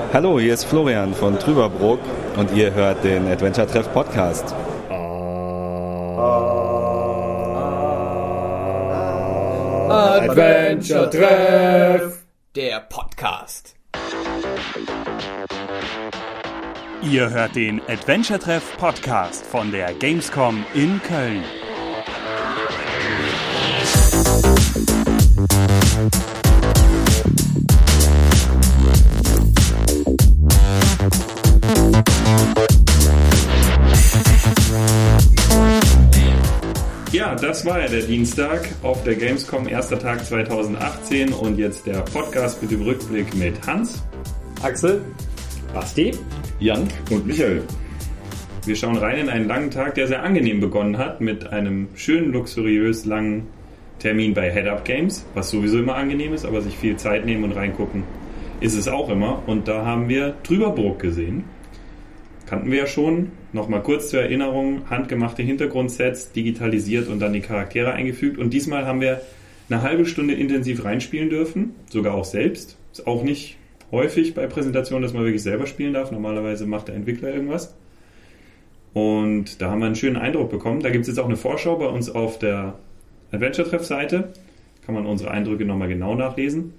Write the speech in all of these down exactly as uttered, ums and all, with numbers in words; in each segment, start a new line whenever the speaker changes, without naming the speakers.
Hallo, hier ist Florian von Trüberbrook und ihr hört den Adventure Treff Podcast.
Adventure Treff, der Podcast.
Ihr hört den Adventure Treff Podcast von der Gamescom in Köln.
Ja, das war ja der Dienstag auf der Gamescom, erster Tag zweitausendachtzehn und jetzt der Podcast mit dem Rückblick mit Hans,
Axel, Basti,
Jan
und Michael. Wir schauen rein in einen langen Tag, der sehr angenehm begonnen hat, mit einem schönen, luxuriös langen Termin bei Head-Up Games, was sowieso immer angenehm ist, aber sich viel Zeit nehmen und reingucken ist es auch immer. Und da haben wir Trüberbrook gesehen. Kannten wir ja schon. Nochmal kurz zur Erinnerung, handgemachte Hintergrundsets, digitalisiert und dann die Charaktere eingefügt. Und diesmal haben wir eine halbe Stunde intensiv reinspielen dürfen, sogar auch selbst. Ist auch nicht häufig bei Präsentationen, dass man wirklich selber spielen darf. Normalerweise macht der Entwickler irgendwas. Und da haben wir einen schönen Eindruck bekommen. Da gibt es jetzt auch eine Vorschau bei uns auf der Adventure-Treff-Seite. Kann man unsere Eindrücke nochmal genau nachlesen.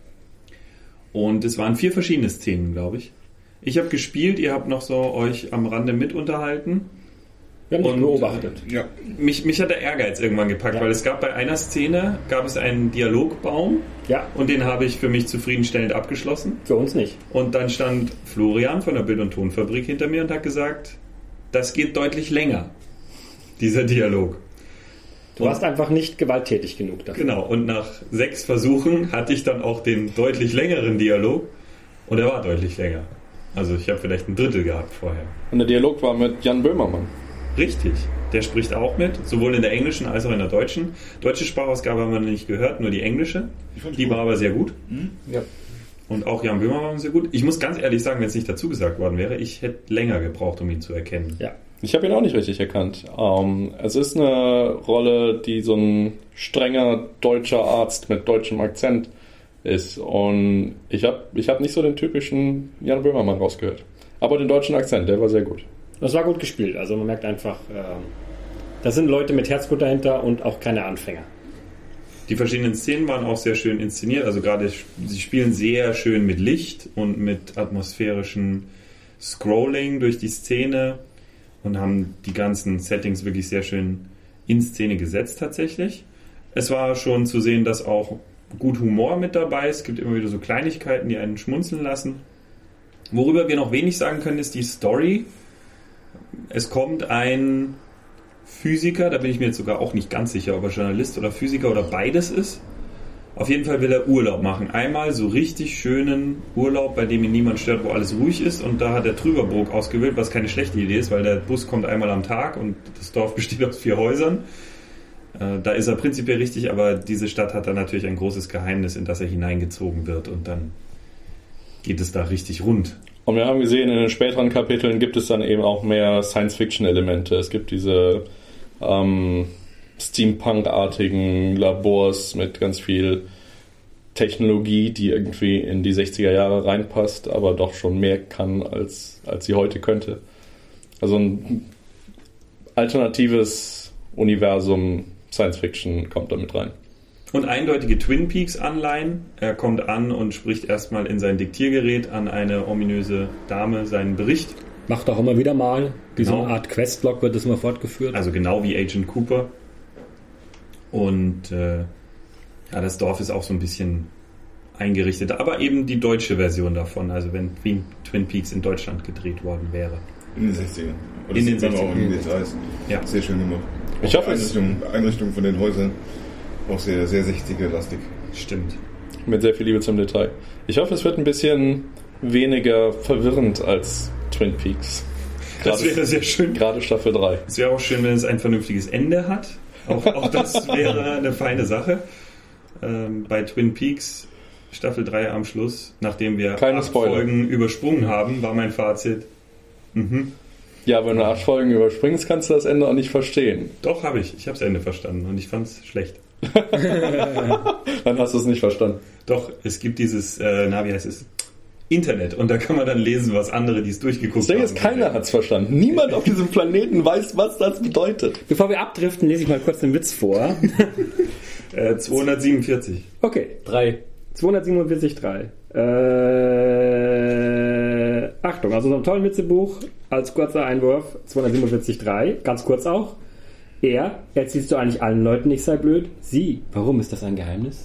Und es waren vier verschiedene Szenen, glaube ich. Ich habe gespielt, ihr habt noch so euch am Rande mit unterhalten.
Wir haben dich beobachtet.
Ja. Mich, mich hat der Ehrgeiz irgendwann gepackt, ja. Weil es gab bei einer Szene, gab es einen Dialogbaum,
ja.
Und den habe ich für mich zufriedenstellend abgeschlossen.
Für uns nicht.
Und dann stand Florian von der Bild- und Tonfabrik hinter mir und hat gesagt, das geht deutlich länger, dieser Dialog.
Du warst einfach nicht gewalttätig genug dafür.
Genau, und nach sechs Versuchen hatte ich dann auch den deutlich längeren Dialog und er war deutlich länger. Also ich habe vielleicht ein Drittel gehabt vorher.
Und der Dialog war mit Jan Böhmermann.
Richtig, der spricht auch mit, sowohl in der englischen als auch in der deutschen. Deutsche Sprachausgabe haben wir nicht gehört, nur die englische. Die war aber sehr gut.
Mhm. Ja.
Und auch Jan Böhmermann war sehr gut. Ich muss ganz ehrlich sagen, wenn es nicht dazu gesagt worden wäre, ich hätte länger gebraucht, um ihn zu erkennen.
Ja. Ich habe ihn auch nicht richtig erkannt. Ähm, es ist eine Rolle, die so ein strenger deutscher Arzt mit deutschem Akzent ist. Und ich habe ich hab nicht so den typischen Jan Böhmermann rausgehört. Aber den deutschen Akzent, der war sehr gut.
Das war gut gespielt. Also man merkt einfach, äh, da sind Leute mit Herzblut dahinter und auch keine Anfänger.
Die verschiedenen Szenen waren auch sehr schön inszeniert. Also gerade, sie spielen sehr schön mit Licht und mit atmosphärischem Scrolling durch die Szene und haben die ganzen Settings wirklich sehr schön in Szene gesetzt tatsächlich. Es war schon zu sehen, dass auch gut Humor mit dabei ist. Es gibt immer wieder so Kleinigkeiten, die einen schmunzeln lassen. Worüber wir noch wenig sagen können, ist die Story. Es kommt ein Physiker, da bin ich mir jetzt sogar auch nicht ganz sicher, ob er Journalist oder Physiker oder beides ist. Auf jeden Fall will er Urlaub machen. Einmal so richtig schönen Urlaub, bei dem ihn niemand stört, wo alles ruhig ist. Und da hat er Trüberbrook ausgewählt, was keine schlechte Idee ist, weil der Bus kommt einmal am Tag und das Dorf besteht aus vier Häusern. Da ist er prinzipiell richtig, aber diese Stadt hat dann natürlich ein großes Geheimnis, in das er hineingezogen wird und dann geht es da richtig rund.
Und wir haben gesehen, in den späteren Kapiteln gibt es dann eben auch mehr Science-Fiction-Elemente. Es gibt diese ähm, Steampunk-artigen Labors mit ganz viel Technologie, die irgendwie in die sechziger Jahre reinpasst, aber doch schon mehr kann, als, als sie heute könnte. Also ein alternatives Universum Science-Fiction kommt damit rein.
Und eindeutige Twin Peaks-Anleihen. Er kommt an und spricht erstmal in sein Diktiergerät an eine ominöse Dame seinen Bericht.
Macht auch immer wieder mal. Wie
Genau.
so eine Art Questlog wird das immer fortgeführt.
Also genau wie Agent Cooper. Und äh, ja, das Dorf ist auch so ein bisschen eingerichtet. Aber eben die deutsche Version davon. Also wenn Twin, Twin Peaks in Deutschland gedreht worden wäre.
In den sechzigern. Und
In
das
den
sieht man auch in den
sechzigern.
Details.
Ja.
Sehr schön gemacht.
Ich hoffe,
die
es
Einrichtung, Einrichtung von den Häusern auch sehr, sehr sechziger-lastig.
Stimmt.
mit sehr viel Liebe zum Detail. Ich hoffe, es wird ein bisschen weniger verwirrend als Twin Peaks.
Das wäre sehr schön.
Gerade Staffel drei.
Es wäre auch schön, wenn es ein vernünftiges Ende hat. Auch, auch das wäre eine feine Sache. Ähm, bei Twin Peaks Staffel drei am Schluss, nachdem wir
Keine
acht
Spoiler.
Folgen übersprungen haben, war mein Fazit. Mhm.
Ja, wenn du acht Folgen überspringst, kannst du das Ende auch nicht verstehen.
Doch, habe ich. Ich habe das Ende verstanden und ich fand es schlecht.
Dann hast du es nicht verstanden.
Doch, es gibt dieses, äh, na, wie heißt es? Internet und da kann man dann lesen, was andere, die es durchgeguckt
Das Ding
haben.
ist, keiner hat's verstanden. Niemand auf diesem Planeten weiß, was das bedeutet.
Bevor wir abdriften, lese ich mal kurz den Witz vor.
Äh, zweihundertsiebenundvierzig.
Okay.
Drei.
zweihundertsiebenundvierzig Komma drei. Äh, Achtung, also so ein tolles Witzebuch als kurzer Einwurf. zweihundertsiebenundvierzig Komma drei. Ganz kurz auch. Er, erzählst du eigentlich allen Leuten, ich sei blöd? Sie, warum ist das ein Geheimnis?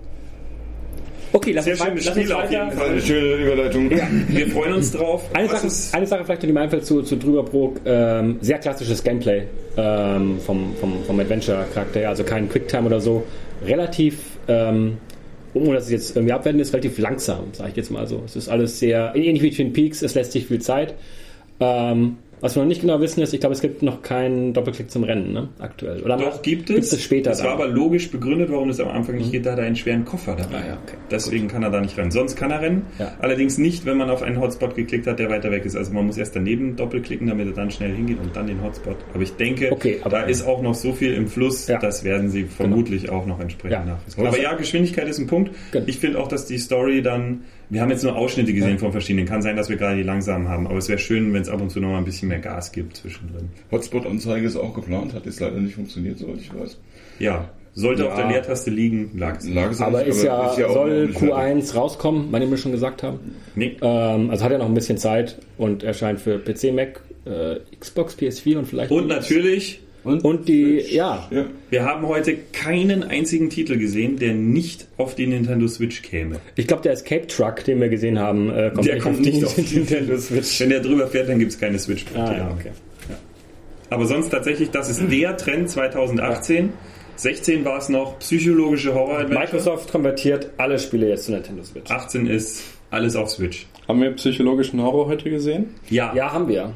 Okay, lass
Sehr
uns, wei-
schönes
lass uns
Spiel auf jeden
weiter.
Fall.
Eine schöne Überleitung.
Wir freuen uns drauf.
Eine
Was
Sache,
ist-
eine Sache vielleicht, die mir einfällt zu, zu Drüberbrook. Ähm, sehr klassisches Gameplay ähm, vom, vom, vom Adventure-Charakter her. Also kein Quicktime oder so. Relativ, ähm, ohne dass es jetzt irgendwie abwertend ist, relativ langsam, sage ich jetzt mal so. Es ist alles sehr, ähnlich wie Twin Peaks, es lässt sich viel Zeit. Ähm, was wir noch nicht genau wissen ist, ich glaube, es gibt noch keinen Doppelklick zum Rennen, ne? Aktuell. Oder
Doch, gibt es.
Gibt es später
das war
dann.
aber logisch begründet, warum es am Anfang nicht geht, da hat er einen schweren Koffer dabei.
Ah, ja, okay.
Deswegen kann er da nicht rennen. Sonst kann er rennen.
Ja.
Allerdings nicht, wenn man auf einen Hotspot geklickt hat, der weiter weg ist. Also man muss erst daneben doppelklicken, damit er dann schnell hingeht und dann den Hotspot. Aber ich denke,
Okay, aber-
da ist auch noch so viel im Fluss,
Ja.
das werden sie vermutlich auch noch entsprechend
Ja.
nachvollziehen. Aber ja, Geschwindigkeit ist ein Punkt.
Genau.
Ich finde auch, dass die Story dann, wir haben jetzt nur Ausschnitte gesehen von verschiedenen. Kann sein, dass wir gerade die langsamen haben, aber es wäre schön, wenn es ab und zu noch mal ein bisschen mehr Gas gibt zwischendrin.
Hotspot-Anzeige ist auch geplant, hat jetzt leider nicht funktioniert, soweit ich weiß.
Ja, sollte
Ja.
auf der Leertaste liegen, lag es.
Lag es
Aber
nicht,
ist ja,
auch
soll
noch nicht
Q
fertig.
eins rauskommen, wann wir schon gesagt haben.
Nee.
Ähm, also hat er noch ein bisschen Zeit und erscheint für P C, Mac, äh, Xbox, P S vier und vielleicht...
Und natürlich,
Und die, ja,
Ja.
wir haben heute keinen einzigen Titel gesehen, der nicht auf die Nintendo Switch käme.
ich glaube, der Escape Truck, den wir gesehen haben, äh, kommt
Der
nicht
kommt
auf die
nicht auf die
Nintendo Switch.
Wenn der drüber fährt, dann gibt es keine switch
Ah, ja, okay.
Aber sonst tatsächlich, das ist der Trend zwanzig achtzehn. sechzehn war es noch psychologische Horror-Adventure.
Microsoft konvertiert alle Spiele jetzt zu Nintendo Switch.
achtzehn ist alles auf Switch.
Haben wir psychologischen Horror heute gesehen?
Ja.
Ja, haben wir.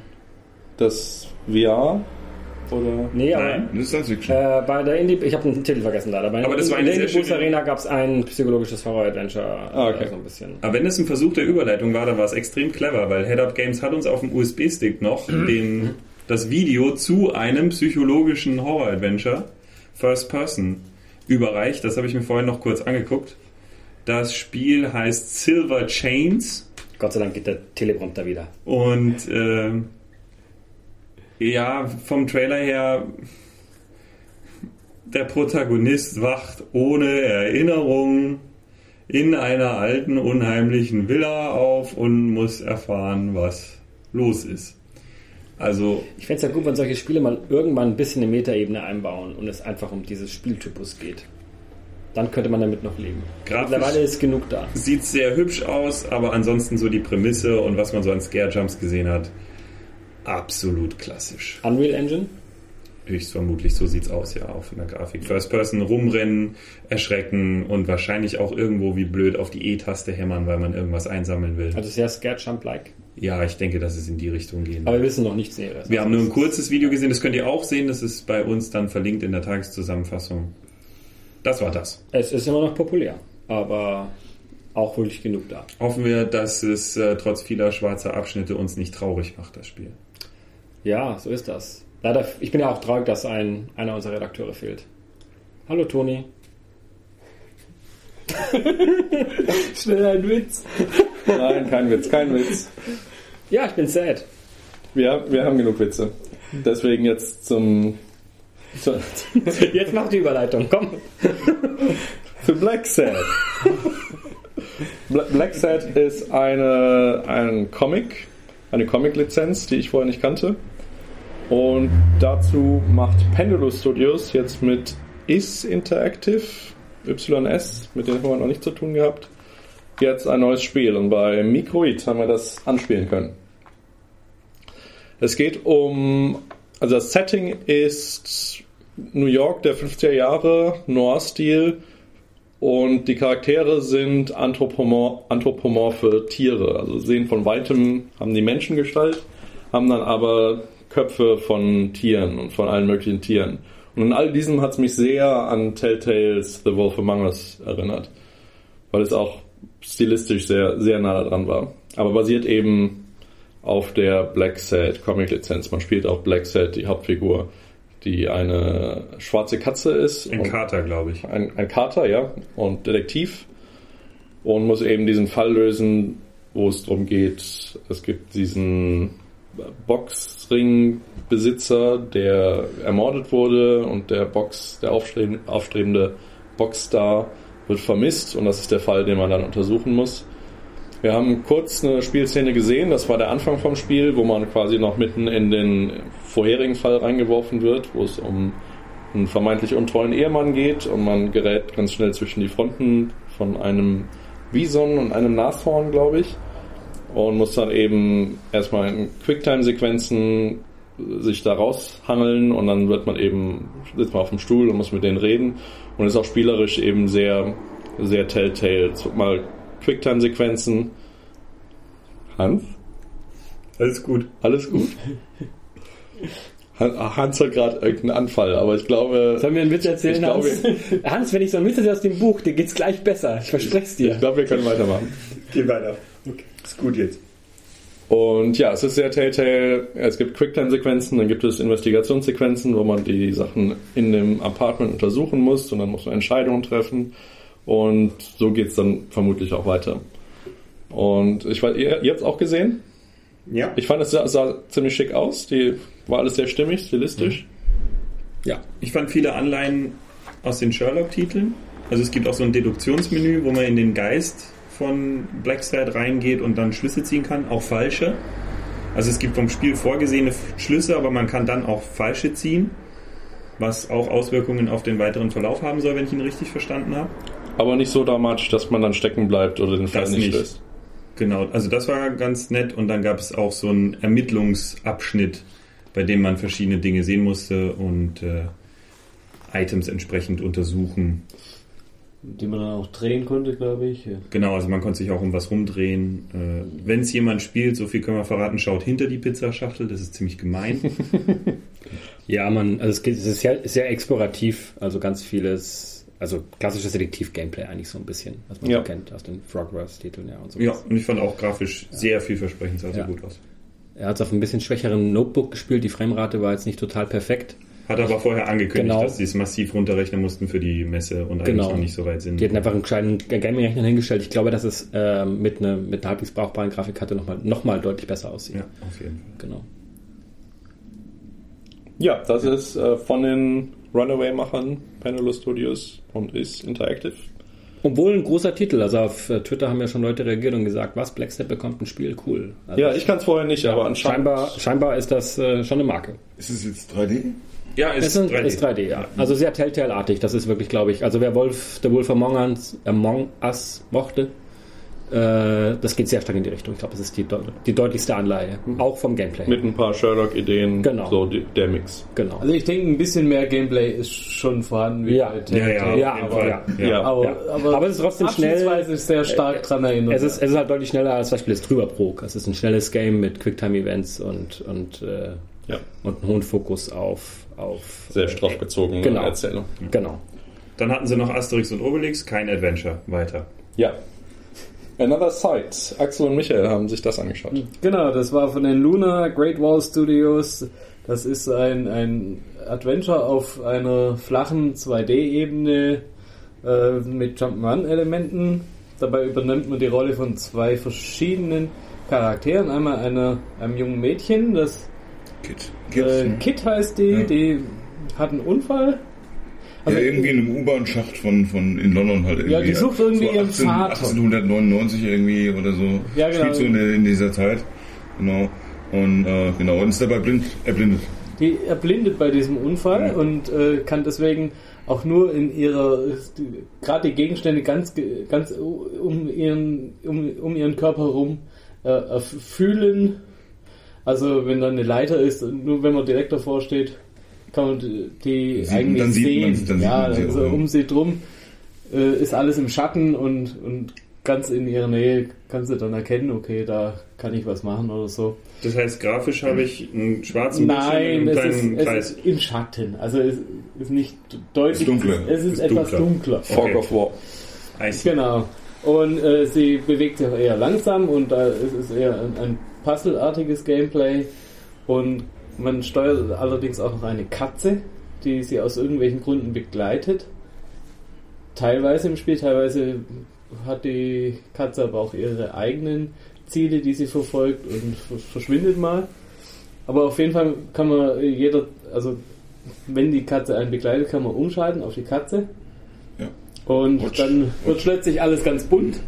Das V R? Oder?
Nee, aber
Nein.
Das ist Science Fiction.
äh, bei der Indie, ich habe den Titel vergessen leider. Bei
Aber das war
in
eine
der
sehr
Indie Boost
schöne-
Arena gab es ein psychologisches Horror-Adventure.
Ah, okay.
äh, so ein bisschen.
Aber wenn es ein Versuch der Überleitung war, dann war es extrem clever, weil Head Up Games hat uns auf dem U S B-Stick noch den, das Video zu einem psychologischen Horror-Adventure First Person überreicht. Das habe ich mir vorhin noch kurz angeguckt. Das Spiel heißt Silver Chains
Gott sei Dank geht der Teleprompter wieder.
und äh, ja, vom Trailer her, der Protagonist wacht ohne Erinnerung in einer alten, unheimlichen Villa auf und muss erfahren, was los ist. Also,
Ich fände es ja gut, wenn solche Spiele mal irgendwann ein bisschen eine Metaebene einbauen und es einfach um dieses Spieltypus geht. Dann könnte man damit noch leben.
Grafisch-
Mittlerweile ist genug da.
sieht sehr hübsch aus, aber ansonsten so die Prämisse und was man so an Scare-Jumps gesehen hat, absolut klassisch.
Unreal Engine?
Höchstvermutlich, so sieht's aus, ja, auch von der Grafik. First Person rumrennen, erschrecken und wahrscheinlich auch irgendwo wie blöd auf die E-Taste hämmern, weil man irgendwas einsammeln will.
Also sehr Scared Jump-like.
Ja, ich denke, dass es in die Richtung gehen
Aber
wird.
wir wissen noch nichts Näheres.
Wir haben nur ein kurzes Video gesehen, das könnt ihr auch sehen, das ist bei uns dann verlinkt in der Tageszusammenfassung. Das war das.
Es ist immer noch populär, aber auch wirklich genug da.
Hoffen wir, dass es äh, trotz vieler schwarzer Abschnitte uns nicht traurig macht, das Spiel.
Ja, so ist das. Leider, ich bin ja auch traurig, dass ein, einer unserer Redakteure fehlt. Hallo Toni. Schnell ein Witz.
Nein, kein Witz, kein Witz.
Ja, ich bin sad.
Wir, wir haben genug Witze. Deswegen jetzt zum... Zu,
Jetzt mach die Überleitung, komm.
zu Black Sad. Bla- Black Sad ist eine, ein Comic, eine Comic-Lizenz, die ich vorher nicht kannte. Und dazu macht Pendulous Studios jetzt mit Is Interactive, Y S, mit denen haben wir noch nicht zu tun gehabt, jetzt ein neues Spiel. Und bei Microid haben wir das anspielen können. Es geht um, also das Setting ist New York der fünfziger Jahre, Noir-Stil, und die Charaktere sind anthropomor- anthropomorphe Tiere, also sehen von weitem, haben die Menschengestalt, haben dann aber Köpfe von Tieren und von allen möglichen Tieren. Und in all diesem hat es mich sehr an Telltales The Wolf Among Us erinnert, weil es auch stilistisch sehr, sehr nah dran war. Aber basiert eben auf der Black Sad Comic-Lizenz. Man spielt auch Black Sad, die Hauptfigur, die eine schwarze Katze ist.
Ein
und
Kater, glaube ich.
ein, ein Kater, ja, und Detektiv, und muss eben diesen Fall lösen, wo es darum geht, es gibt diesen Boxring-Besitzer, der ermordet wurde und der Box, der aufstreb- aufstrebende Boxstar wird vermisst und das ist der Fall, den man dann untersuchen muss. Wir haben kurz eine Spielszene gesehen, das war der Anfang vom Spiel, wo man quasi noch mitten in den vorherigen Fall reingeworfen wird, wo es um einen vermeintlich untreuen Ehemann geht und man gerät ganz schnell zwischen die Fronten von einem Bison und einem Nashorn, glaube ich, und muss dann eben erstmal in Quicktime-Sequenzen sich da raushangeln und dann wird man eben, sitzt man auf dem Stuhl und muss mit denen reden und ist auch spielerisch eben sehr, sehr Telltale. Mal Quicktime-Sequenzen. Hans?
Alles gut.
Alles gut? Hans hat gerade irgendeinen Anfall, aber ich glaube...
Sollen wir einen Witz erzählen,
ich glaube,
Hans? Hans, wenn ich so einen Witz erzähle aus dem Buch, dir geht's gleich besser. Ich verspreche es dir.
Ich glaube, wir können weitermachen.
Geh weiter. Okay. Ist gut jetzt.
Und ja, es ist sehr Telltale. Es gibt Quicktime-Sequenzen, dann gibt es Investigationssequenzen, wo man die Sachen in dem Apartment untersuchen muss und dann muss man Entscheidungen treffen. Und so geht's dann vermutlich auch weiter. Und ich weiß, ihr, ihr habt es auch gesehen?
Ja.
Ich fand, es sah, sah ziemlich schick aus. Die war alles sehr stimmig, stilistisch.
Ja.
Ich fand viele Anleihen aus den Sherlock-Titeln. Also es gibt auch so ein Deduktionsmenü, wo man in den Geist von Blackthread reingeht und dann Schlüsse ziehen kann, auch falsche. Also es gibt vom Spiel vorgesehene Schlüsse, aber man kann dann auch falsche ziehen, was auch Auswirkungen auf den weiteren Verlauf haben soll, wenn ich ihn richtig verstanden habe.
Aber nicht so dramatisch, dass man dann stecken bleibt oder den Fall
Das
nicht
nicht.
löst.
Genau, also das war ganz nett und dann gab es auch so einen Ermittlungsabschnitt, bei dem man verschiedene Dinge sehen musste und äh, Items entsprechend untersuchen.
Die man dann auch drehen konnte, glaube ich. Ja.
Genau, also man konnte sich auch um was rumdrehen. Äh, wenn es jemand spielt, so viel können wir verraten, schaut hinter die Pizzaschachtel, das ist ziemlich gemein.
Ja, man, also es geht- es ist sehr, sehr explorativ, also ganz vieles, also klassisches Detektiv-Gameplay eigentlich so ein bisschen, was man
Ja.
so kennt aus den Frogwares-Titeln, ja, und so.
Ja, und ich fand auch grafisch sehr vielversprechend, sah
Ja.
sehr gut aus.
Er hat es auf einem bisschen schwächeren Notebook gespielt, die Framerate war jetzt nicht total perfekt.
Hat aber vorher angekündigt,
Genau.
dass sie es massiv runterrechnen mussten für die Messe und eigentlich
Genau.
noch nicht so weit sind.
Die hätten einfach einen kleinen Gaming-Rechner hingestellt. Ich glaube, dass es ähm, mit, ne, mit einer halbwegs brauchbaren Grafikkarte nochmal noch mal deutlich besser aussieht.
Ja, auf jeden Fall.
Genau.
Ja, das ist äh, von den Runaway-Machern, Penelo Studios und ist Interactive.
Obwohl ein großer Titel, also auf äh, Twitter haben ja schon Leute reagiert und gesagt, was, Blackstep bekommt ein Spiel, cool. Also
Ja, ich kann es vorher nicht, aber anscheinend...
scheinbar, scheinbar ist das äh, schon eine Marke.
Ist es jetzt drei D?
Ja,
Es ist, ist drei D, ja. Also sehr Telltale-artig, das ist wirklich, glaube ich, also wer Wolf, der Wolf Among Us, Among Us mochte, äh, das geht sehr stark in die Richtung. Ich glaube, das ist die, deut- die deutlichste Anleihe, auch vom Gameplay.
Mit ein paar Sherlock-Ideen,
Genau.
so die, der Mix.
Genau.
Also ich denke, ein bisschen mehr Gameplay ist schon vorhanden wie
Ja.
bei
Ja,
Telltale.
ja, auf
Ja,
jeden
aber
Fall.
ja.
Ja.
Aber,
Ja.
aber,
Aber es ist trotzdem schnell.
abschnittsweise ist sehr stark dran erinnert.
Es ist, es ist halt deutlich schneller als zum Beispiel das Trüberbrook. Es ist ein schnelles Game mit Quicktime-Events und, und, äh,
Ja.
und einen hohen Fokus auf, auf
Sehr straff gezogene
Genau.
Erzählung.
Genau.
Dann hatten sie noch Asterix und Obelix, kein Adventure. Weiter.
Ja. Another Sight. Axel und Michael haben sich das angeschaut.
Genau, das war von den Luna Great Wall Studios. Das ist ein, ein Adventure auf einer flachen zwei D-Ebene äh, mit Jump'n'Run-Elementen. Dabei übernimmt man die Rolle von zwei verschiedenen Charakteren. Einmal einer, einem jungen Mädchen, das
Kit.
äh,
Kids,
Kit heißt die,
Ja.
die hat einen Unfall. Also,
ja, irgendwie in einem U-Bahn-Schacht von, von in London halt irgendwie.
Ja, die sucht irgendwie
so
ihren
achtzehn
Vater.
achtzehnhundertneunundneunzig irgendwie oder so.
Ja, genau.
Spielt so in, der, in dieser Zeit. Genau. Und äh, genau, und ist dabei blind, erblindet.
Die erblindet bei diesem Unfall
Ja.
und äh, kann deswegen auch nur in ihrer, gerade die Gegenstände ganz, ge- ganz um ihren, um, um ihren Körper herum äh, fühlen. Also wenn da eine Leiter ist, nur wenn man direkt davor steht, kann man die- die
Sieht-
eigentlich
dann sieht
sehen.
man- dann sieht
ja,
man sie
also
auch.
um sie drum äh, ist alles im Schatten und, und ganz in ihrer Nähe kannst du dann erkennen, okay, da kann ich was machen oder so.
Das heißt, grafisch habe ich einen schwarzen Bildschirm
Nein,
mit
es
einem
ist,
kleinen
es
Kreis.
ist im Schatten. Also es ist nicht deutlich.
Ist dunkler.
Es ist,
Ist
etwas
dunkler.
dunkler.
Fog
Okay.
of War.
Eis.
Genau. Und äh, sie bewegt sich auch eher langsam und da ist es eher ein, ein puzzleartiges Gameplay. Und man steuert allerdings auch noch eine Katze, die sie aus irgendwelchen Gründen begleitet. Teilweise im Spiel, teilweise hat die Katze aber auch ihre eigenen Ziele, die sie verfolgt und verschwindet mal. Aber auf jeden Fall kann man jeder, also wenn die Katze einen begleitet, kann man umschalten auf die Katze.
Ja.
Und
Watch.
dann wird
Watch.
plötzlich alles ganz bunt.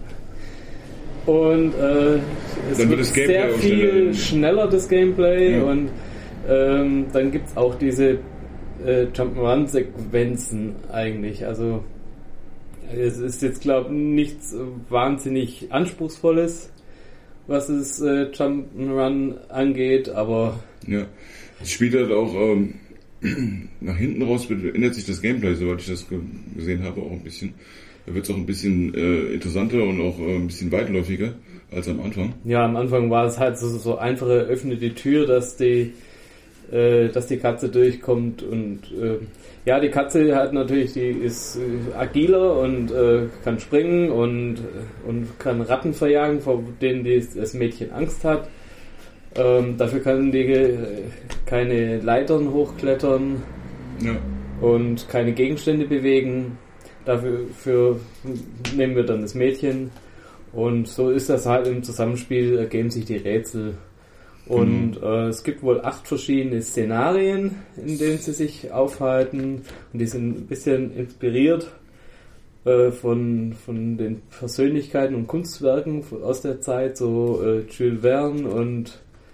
Und äh, es
Dann wird
wird
das Gameplay
sehr
auch
viel
schneller.
schneller, das Gameplay.
Ja.
Und ähm, dann gibt es auch diese äh, Jump'n'Run-Sequenzen eigentlich. Also es ist jetzt, glaube ich, nichts wahnsinnig Anspruchsvolles, was das äh, Jump'n'Run angeht, aber
Ja. Es spielt halt auch ähm, nach hinten raus, ändert sich das Gameplay, soweit ich das ge- gesehen habe, auch ein bisschen. Da wird es auch ein bisschen äh, interessanter und auch äh, ein bisschen weitläufiger als am Anfang.
ja, am Anfang war es halt so, so einfache, öffne die Tür, dass die äh, dass die Katze durchkommt und äh, ja, die Katze hat natürlich, die ist äh, agiler und äh, kann springen und, äh, und kann Ratten verjagen, vor denen die, das Mädchen Angst hat. Ähm, dafür kann die äh, keine Leitern hochklettern
Ja.
und keine Gegenstände bewegen. Dafür für nehmen wir dann das Mädchen. Und so ist das halt im Zusammenspiel, ergeben sich die Rätsel. Und äh, es gibt wohl acht verschiedene Szenarien, in denen sie sich aufhalten. Und die sind ein bisschen inspiriert äh, von, von den Persönlichkeiten und Kunstwerken aus der Zeit, so äh, Jules Verne und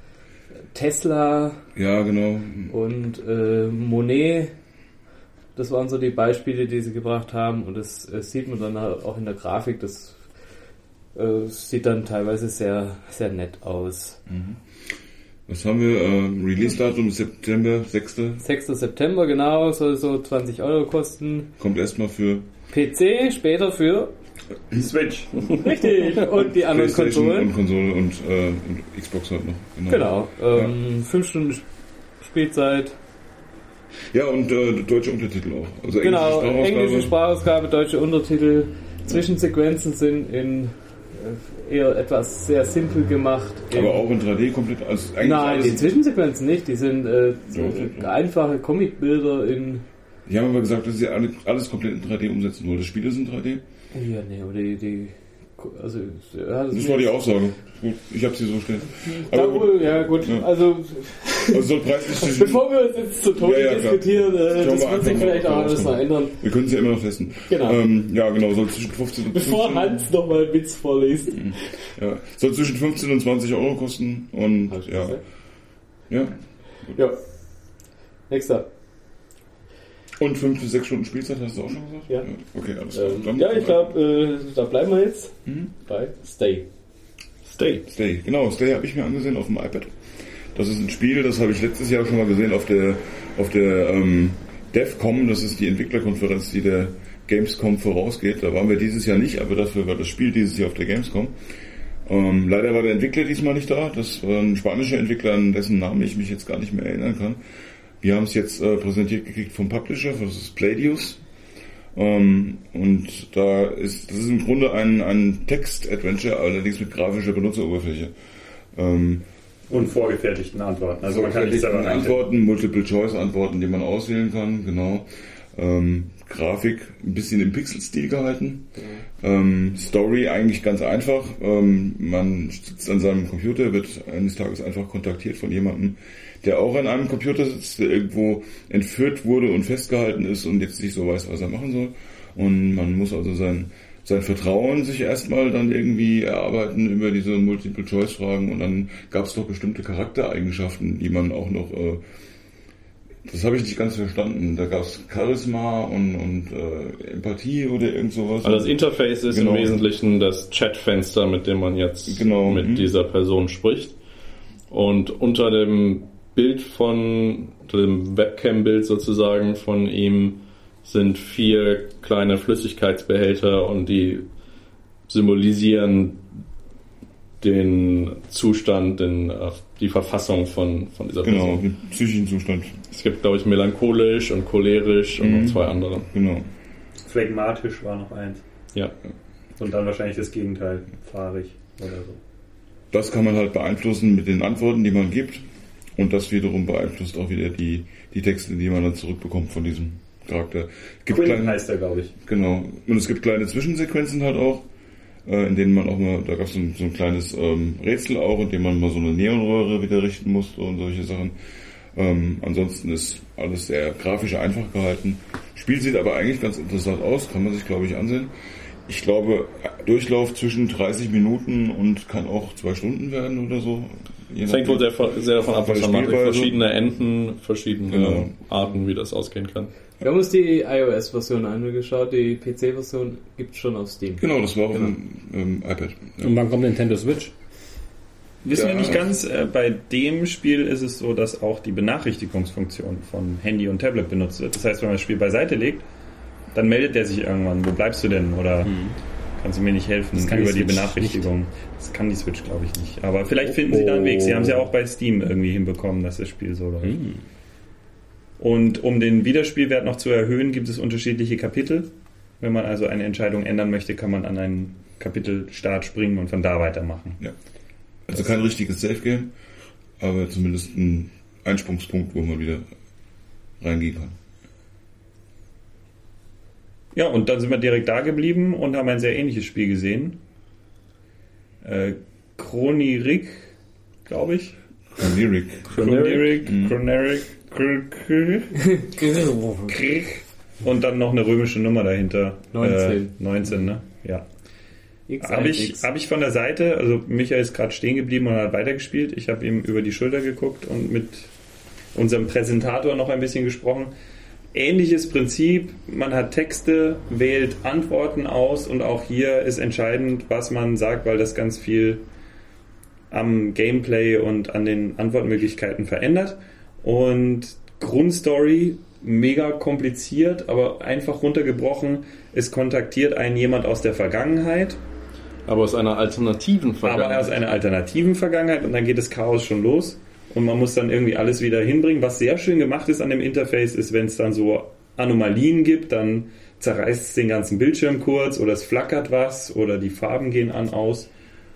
Tesla
Ja, genau.
und äh, Monet. Das waren so die Beispiele, die sie gebracht haben. Und das äh, sieht man dann auch in der Grafik. Das äh, sieht dann teilweise sehr, sehr nett aus.
Was haben wir? Ähm, Release-Datum ist September sechster
sechster September, genau, soll so zwanzig Euro kosten.
Kommt erstmal für
P C, später für
Switch.
richtig und die anderen
PlayStation
Konsolen.
und Konsole und, äh, und Xbox halt noch.
Genau, ähm, fünf Stunden Spielzeit.
Ja, und äh, deutsche Untertitel auch. Also
Genau,
Sprachausgabe.
englische Sprachausgabe, deutsche Untertitel. Zwischensequenzen sind in äh, eher etwas sehr simpel gemacht.
Aber auch in drei D komplett. Also eigentlich
Nein,
alles,
die Zwischensequenzen nicht. Die sind äh, so
Ja.
einfache Comicbilder in.
Die haben aber gesagt, dass sie alle, alles komplett in drei D umsetzen wollen. Das Spiel ist in drei D.
Ja, nee, aber die. die also, ja, das
Das war die Aussage. Gut, ich habe sie so stehen.
Ja,
Aber gut,
wohl, ja, gut.
Ja.
Also,
also soll preislich zwischen-
bevor wir uns jetzt zu Tode
Ja, ja, klar.
diskutieren, äh,
Schauen
das
wir
wird sich
einfach
vielleicht
mal,
auch
ob
alles
da
noch ändern.
Wir können sie ja immer noch testen.
Genau.
Ähm, ja, genau. Soll zwischen fünfzehn und
Bevor
fünfzehn,
Hans nochmal einen Witz vorliest.
ja, soll zwischen fünfzehn und zwanzig Euro kosten. Und
Hab ich
ja,
gesagt?
ja.
Ja. Nächster.
Und fünf bis sechs Stunden Spielzeit hast du auch schon gesagt?
Ja.
Okay, alles klar.
Ähm,
Dann-
ja, ich glaube, äh, da bleiben wir jetzt
Mhm.
bei Stay.
Stay. Stay, genau. Stay habe ich mir angesehen auf dem iPad. Das ist ein Spiel, das habe ich letztes Jahr schon mal gesehen auf der auf der ähm, DevCom. Das ist die Entwicklerkonferenz, die der Gamescom vorausgeht. Da waren wir dieses Jahr nicht, aber dafür war das Spiel dieses Jahr auf der Gamescom. Ähm, leider war der Entwickler diesmal nicht da. Das war ein spanischer Entwickler, an dessen Namen ich mich jetzt gar nicht mehr erinnern kann. Wir haben es jetzt äh, präsentiert gekriegt vom Publisher, das ist Playdius. Ähm, und da ist, das ist im Grunde ein, ein Text-Adventure, allerdings mit grafischer Benutzeroberfläche. Ähm,
Und vorgefertigten Antworten. Also man kann nicht selber
Vorgefertigten
reintippen.
Antworten, Multiple-Choice-Antworten, die man auswählen kann, genau. Ähm, Grafik ein bisschen im Pixel-Stil gehalten. Ähm, Story eigentlich ganz einfach. Ähm, man sitzt an seinem Computer, wird eines Tages einfach kontaktiert von jemandem, der auch an einem Computer sitzt, der irgendwo entführt wurde und festgehalten ist und jetzt nicht so weiß, was er machen soll. Und man muss also sein, sein Vertrauen sich erstmal dann irgendwie erarbeiten über diese Multiple-Choice-Fragen und dann gab es doch bestimmte Charaktereigenschaften, die man auch noch, äh, das habe ich nicht ganz verstanden, da gab es Charisma und, und äh, Empathie oder irgend sowas.
Also das Interface ist
Genau.
im Wesentlichen das Chatfenster, mit dem man jetzt
Genau.
mit
Mhm.
dieser Person spricht. Und unter dem Bild von, unter dem Webcam-Bild sozusagen von ihm sind vier kleine Flüssigkeitsbehälter und die symbolisieren den Zustand, den, die Verfassung von, von dieser
Genau,
Person.
den psychischen Zustand.
Es gibt, glaube ich, melancholisch und cholerisch und
Mhm.
noch zwei andere.
Genau.
Phlegmatisch war noch eins.
Ja.
Und dann wahrscheinlich das Gegenteil. Fahrig oder so.
Das kann man halt beeinflussen mit den Antworten, die man gibt. Und das wiederum beeinflusst auch wieder die, die Texte, die man dann zurückbekommt von diesem Charakter. Es gibt
Quinn
kleine,
heißt er, glaube ich.
genau. Und es gibt kleine Zwischensequenzen halt auch. äh, in denen man auch mal, da gab es so, so ein kleines ähm, Rätsel auch, in dem man mal so eine Neonröhre wieder richten musste und solche Sachen. Ähm, ansonsten ist alles sehr grafisch einfach gehalten. Spiel sieht aber eigentlich ganz interessant aus, kann man sich, glaube ich, ansehen. Ich glaube, Durchlauf zwischen dreißig Minuten und kann auch zwei Stunden werden oder so.
Das hängt wohl sehr, sehr davon ab, was man macht. Verschiedene Enden, verschiedene
Genau.
Arten, wie das ausgehen kann.
Wir haben uns die iOS-Version angeschaut, die P C-Version gibt es schon auf Steam.
Genau, das war auf
Genau.
dem ähm, iPad. Ja.
Und wann kommt Nintendo Switch?
Wissen
Ja.
wir nicht ganz, äh, bei dem Spiel ist es so, dass auch die Benachrichtigungsfunktion von Handy und Tablet benutzt wird. Das heißt, wenn man das Spiel beiseite legt, dann meldet der sich irgendwann, wo bleibst du denn? Oder hm. kannst du mir nicht helfen
Das kann
über
die
die
Switch
Benachrichtigung? Nicht. Das kann die Switch, glaube ich, nicht. Aber vielleicht finden sie da einen Weg. Sie haben es ja auch bei Steam irgendwie hinbekommen, dass das Spiel so läuft.
Hm.
Und um den Wiederspielwert noch zu erhöhen, gibt es unterschiedliche Kapitel. Wenn man also eine Entscheidung ändern möchte, kann man an einen Kapitelstart springen und von da weitermachen.
Ja. Also kein richtiges Safe-Game, aber zumindest ein Einsprungspunkt, wo man wieder reingehen kann.
Ja, und dann sind wir direkt da geblieben und haben ein sehr ähnliches Spiel gesehen. Äh, Chronirik, glaube ich.
Chroneric.
Chroneric,
Mhm.
Chroneric, und dann noch eine römische Nummer dahinter.
neunzehn.
Äh, neunzehn, ne? Ja.
X
Habe ich, hab ich von der Seite, also Michael ist gerade stehen geblieben und hat weitergespielt. Ich habe ihm über die Schulter geguckt und mit unserem Präsentator noch ein bisschen gesprochen. Ähnliches Prinzip, man hat Texte, wählt Antworten aus und auch hier ist entscheidend, was man sagt, weil das ganz viel am Gameplay und an den Antwortmöglichkeiten verändert. Und Grundstory, mega kompliziert, aber einfach runtergebrochen. Es kontaktiert einen jemand aus der Vergangenheit.
Aber aus einer alternativen Vergangenheit.
Aber aus einer alternativen Vergangenheit und dann geht das Chaos schon los. Und man muss dann irgendwie alles wieder hinbringen. Was sehr schön gemacht ist an dem Interface, ist, wenn es dann so Anomalien gibt, dann zerreißt es den ganzen Bildschirm kurz oder es flackert was oder die Farben gehen an, aus.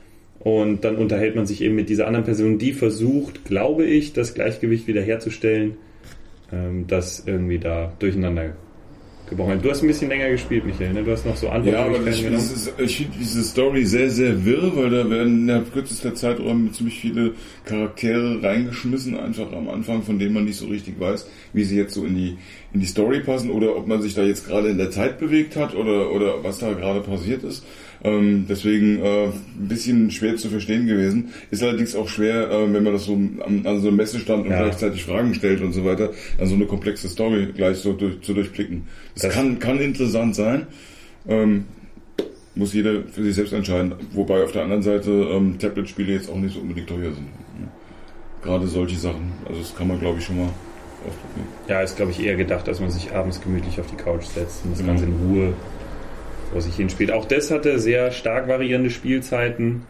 Und dann unterhält man sich eben mit dieser anderen Person, die versucht, glaube ich, das Gleichgewicht wiederherzustellen, ähm, das irgendwie da durcheinander gebrochen wird. Du hast ein bisschen länger gespielt, Michael, ne? Du hast noch so
Ja, aber
Antwortmöglichkeiten
ich,
genommen.
das ist, ich finde diese Story sehr, sehr wirr, weil da werden innerhalb kürzester Zeiträume ziemlich viele Charaktere reingeschmissen, einfach am Anfang, von denen man nicht so richtig weiß, wie sie jetzt so in die, in die Story passen oder ob man sich da jetzt gerade in der Zeit bewegt hat oder, oder was da gerade passiert ist. Ähm, deswegen äh, ein bisschen schwer zu verstehen gewesen. Ist allerdings auch schwer, äh, wenn man das so an, an so einem Messestand und
Ja.
gleichzeitig Fragen stellt und so weiter, dann so eine komplexe Story gleich so durch, zu durchblicken. Das,
Das-
kann, kann interessant sein. Ähm, muss jeder für sich selbst entscheiden. Wobei auf der anderen Seite ähm, Tablet-Spiele jetzt auch nicht so unbedingt teuer sind. Gerade solche Sachen. Also das kann man, glaube ich, schon mal ausprobieren.
Ja, ist, glaube ich, eher gedacht, dass man sich abends gemütlich auf die Couch setzt und das
Mhm.
Ganze in Ruhe vor sich hin spielt. Auch das hatte sehr stark variierende Spielzeiten.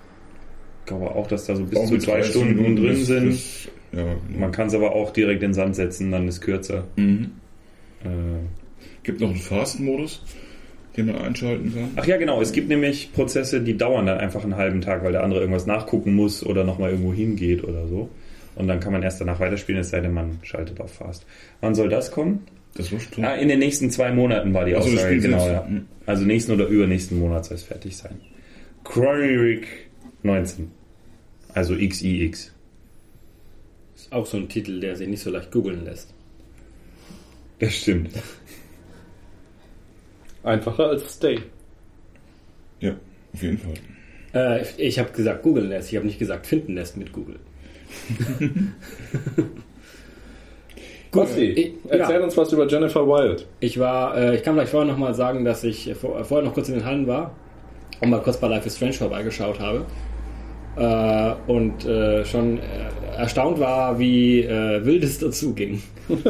Ich glaube auch, dass da so bis
Auch
zu
mit
zwei
dreißig
Stunden
Minuten
drin
ist-
sind.
ist- ja, genau.
Man kann es aber auch direkt in den Sand setzen, dann ist kürzer.
Mhm.
Äh,
Gibt noch einen Fast-Modus, den man einschalten kann.
Ach ja, genau. Es gibt nämlich Prozesse, die dauern dann einfach einen halben Tag, weil der andere irgendwas nachgucken muss oder nochmal irgendwo hingeht oder so. Und dann kann man erst danach weiterspielen, es sei denn, man schaltet auf Fast. Wann soll das kommen?
Das war schon
Ah, in den nächsten zwei Monaten war die
Ach so, das
Aussage,
Spiel
genau,
selbst.
ja.
Mhm.
Also nächsten oder übernächsten Monat soll es fertig sein. Chronic neunzehn. Also X I X.
Ist auch so ein Titel, der sich nicht so leicht googeln lässt.
Das stimmt.
Einfacher als Stay.
Ja, auf jeden Fall.
Äh, ich habe gesagt googeln lässt, ich habe nicht gesagt finden lässt mit Google.
Basti,
ich-
erzähl
ja.
uns was über Jennifer Wild.
Ich war, äh, ich kann vielleicht vorher noch mal sagen, dass ich vor, vorher noch kurz in den Hallen war und mal kurz bei Life is Strange vorbeigeschaut habe äh, und äh, schon äh, erstaunt war, wie äh, wild es dazu ging.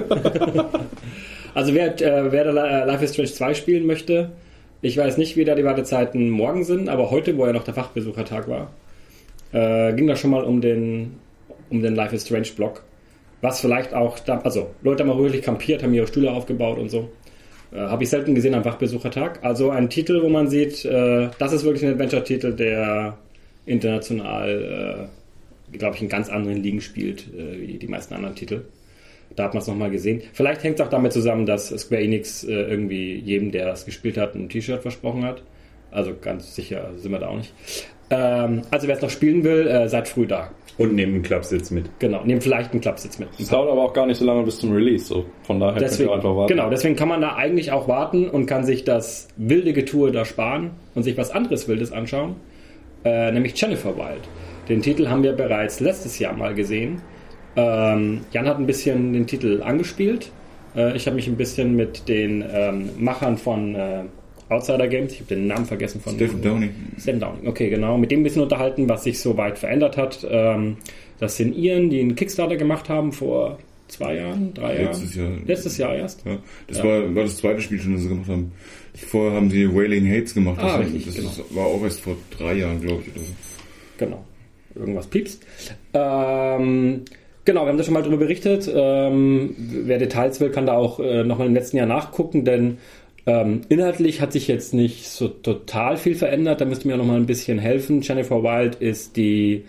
Also wer, äh, wer da Life is Strange zwei spielen möchte, ich weiß nicht, wie da die Wartezeiten morgen sind, aber heute, wo ja noch der Fachbesuchertag war, äh, ging das schon mal um den, um den Life is Strange Blog. Was vielleicht auch, da, also Leute haben auch wirklich kampiert, haben ihre Stühle aufgebaut und so. Äh, Habe ich selten gesehen am Fachbesuchertag. Also ein Titel, wo man sieht, äh, das ist wirklich ein Adventure-Titel, der international, äh, glaube ich, in ganz anderen Ligen spielt, äh, wie die meisten anderen Titel. Da hat man es nochmal gesehen. Vielleicht hängt es auch damit zusammen, dass Square Enix äh, irgendwie jedem, der es gespielt hat, ein T-Shirt versprochen hat. Also ganz sicher sind wir da auch nicht. Ähm, also wer es noch spielen will, äh, seid früh da.
Und nehmt einen Klappsitz mit.
Genau, nehmt vielleicht einen Klappsitz mit.
Es dauert aber auch gar nicht so lange bis zum Release, so von daher
deswegen,
könnt ihr einfach warten.
Genau, deswegen kann man da eigentlich auch warten und kann sich das wilde Getue da sparen und sich was anderes Wildes anschauen, äh, nämlich Jennifer Wild. Den Titel haben wir bereits letztes Jahr mal gesehen. Ähm, Jan hat ein bisschen den Titel angespielt. Äh, ich habe mich ein bisschen mit den ähm, Machern von äh, Outsider Games, ich habe den Namen vergessen von...
Stephen Downing.
Stephen Downing, okay, genau. Mit dem ein bisschen unterhalten, was sich so weit verändert hat. Ähm, das sind Iren, die einen Kickstarter gemacht haben vor zwei Jahren, drei
Letztes
Jahren.
Jahr.
Letztes Jahr erst.
Ja, das
Ja.
War, war das zweite Spiel schon, das sie gemacht haben. Vorher haben sie Wailing Hates gemacht. Das,
Ah,
war,
richtig,
das
genau.
ist, war auch erst vor drei Jahren, glaube ich, oder so.
Genau. Irgendwas piepst. Ähm, genau, wir haben da schon mal drüber berichtet. Ähm, wer Details will, kann da auch äh, nochmal im letzten Jahr nachgucken, denn ähm, inhaltlich hat sich jetzt nicht so total viel verändert. Da müsst ihr mir noch mal ein bisschen helfen. Jennifer Wild ist die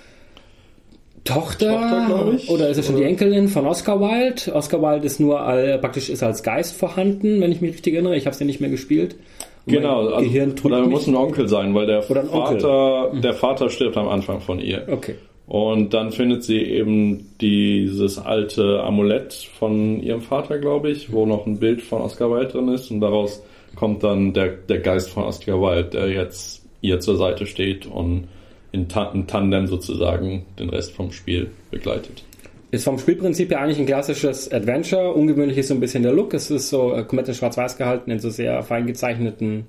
Tochter,
Tochter, glaub ich.
oder ist es schon die Enkelin von Oscar Wilde? Oscar Wilde ist nur all, praktisch ist als Geist vorhanden, wenn ich mich richtig erinnere. Ich habe es ja nicht mehr gespielt. Und
Genau,
mein
also,
Gehirn trügt
oder
mich.
muss ein Onkel sein, weil der
Oder ein Onkel.
Vater, der Vater stirbt am Anfang von ihr.
Okay.
Und dann findet sie eben dieses alte Amulett von ihrem Vater, glaube ich, wo noch ein Bild von Oscar Wilde drin ist. Und daraus kommt dann der, der Geist von Oscar Wilde, der jetzt ihr zur Seite steht und in, Ta- in Tandem sozusagen den Rest vom Spiel begleitet.
Ist vom Spielprinzip ja eigentlich ein klassisches Adventure. Ungewöhnlich ist so ein bisschen der Look. Es ist so äh, komplett in Schwarz-Weiß gehalten, in so sehr fein gezeichneten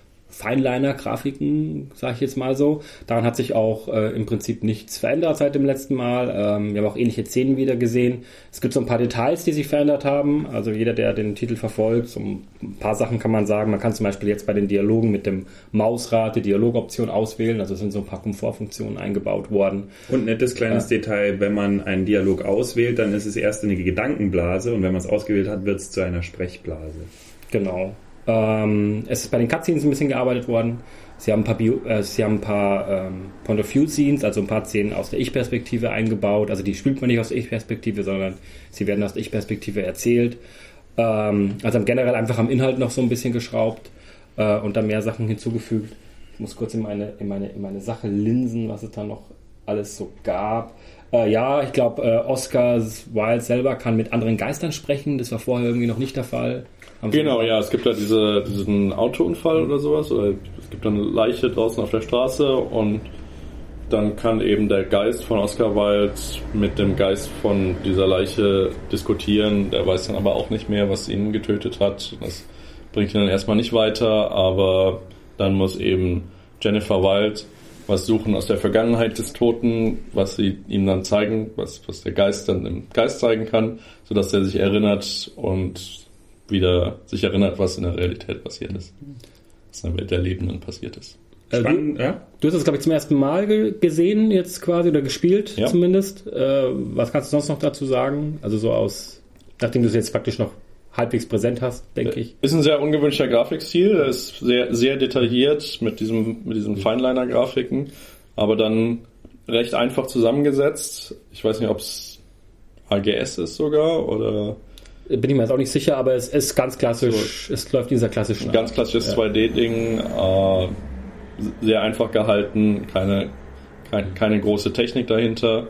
Fineliner-Grafiken, sage ich jetzt mal so. Daran hat sich auch äh, im Prinzip nichts verändert seit dem letzten Mal. Ähm, wir haben auch ähnliche Szenen wieder gesehen. Es gibt so ein paar Details, die sich verändert haben. Also jeder, der den Titel verfolgt, so ein paar Sachen kann man sagen. Man kann zum Beispiel jetzt bei den Dialogen mit dem Mausrad die Dialogoption auswählen. Also es sind so ein paar Komfortfunktionen eingebaut worden.
Und nettes kleines
Ja.
Detail, wenn man einen Dialog auswählt, dann ist es erst eine Gedankenblase und wenn man es ausgewählt hat, wird es zu einer Sprechblase.
Genau. Ähm, es ist bei den Cutscenes ein bisschen gearbeitet worden. Sie haben ein paar, Bio, äh, sie haben ein paar ähm, Point-of-View-Scenes, also ein paar Szenen aus der Ich-Perspektive eingebaut. Also die spielt man nicht aus der Ich-Perspektive, sondern sie werden aus der Ich-Perspektive erzählt. Ähm, also haben generell einfach am Inhalt noch so ein bisschen geschraubt äh, und dann mehr Sachen hinzugefügt. Ich muss kurz in meine, in meine, in meine Sache linsen, was es da noch alles so gab. Äh, ja, ich glaube, äh, Oscar Wilde selber kann mit anderen Geistern sprechen. Das war vorher irgendwie noch nicht der Fall. Haben sie
Genau,
gesagt.
ja, es gibt ja diese, diesen Autounfall oder sowas, oder es gibt eine Leiche draußen auf der Straße und dann kann eben der Geist von Oscar Wilde mit dem Geist von dieser Leiche diskutieren. Der weiß dann aber auch nicht mehr, was ihn getötet hat. Das bringt ihn dann erstmal nicht weiter, aber dann muss eben Jennifer Wilde was suchen aus der Vergangenheit des Toten, was sie ihm dann zeigen, was, was der Geist dann im Geist zeigen kann, sodass er sich erinnert und wieder sich erinnert, was in der Realität passiert ist. Was in der Welt der Lebenden passiert ist.
Äh,
Spannend,
du,
ja?
du hast es, glaube ich, zum ersten Mal ge- gesehen, jetzt quasi, oder gespielt
Ja.
zumindest. Äh, was kannst du sonst noch dazu sagen? Also so aus, nachdem du es jetzt praktisch noch halbwegs präsent hast, denke ich.
Ist ein sehr ungewöhnlicher Grafikstil, er ist sehr, sehr detailliert mit diesem, mit diesen Fineliner-Grafiken, aber dann recht einfach zusammengesetzt. Ich weiß nicht, ob es A G S ist sogar, oder
Bin ich mir jetzt auch nicht sicher, aber es ist ganz klassisch, es läuft in dieser klassischen
ein ganz
Art.
klassisches
Ja.
zwei D-Ding, äh, sehr einfach gehalten, keine, kein, keine große Technik dahinter,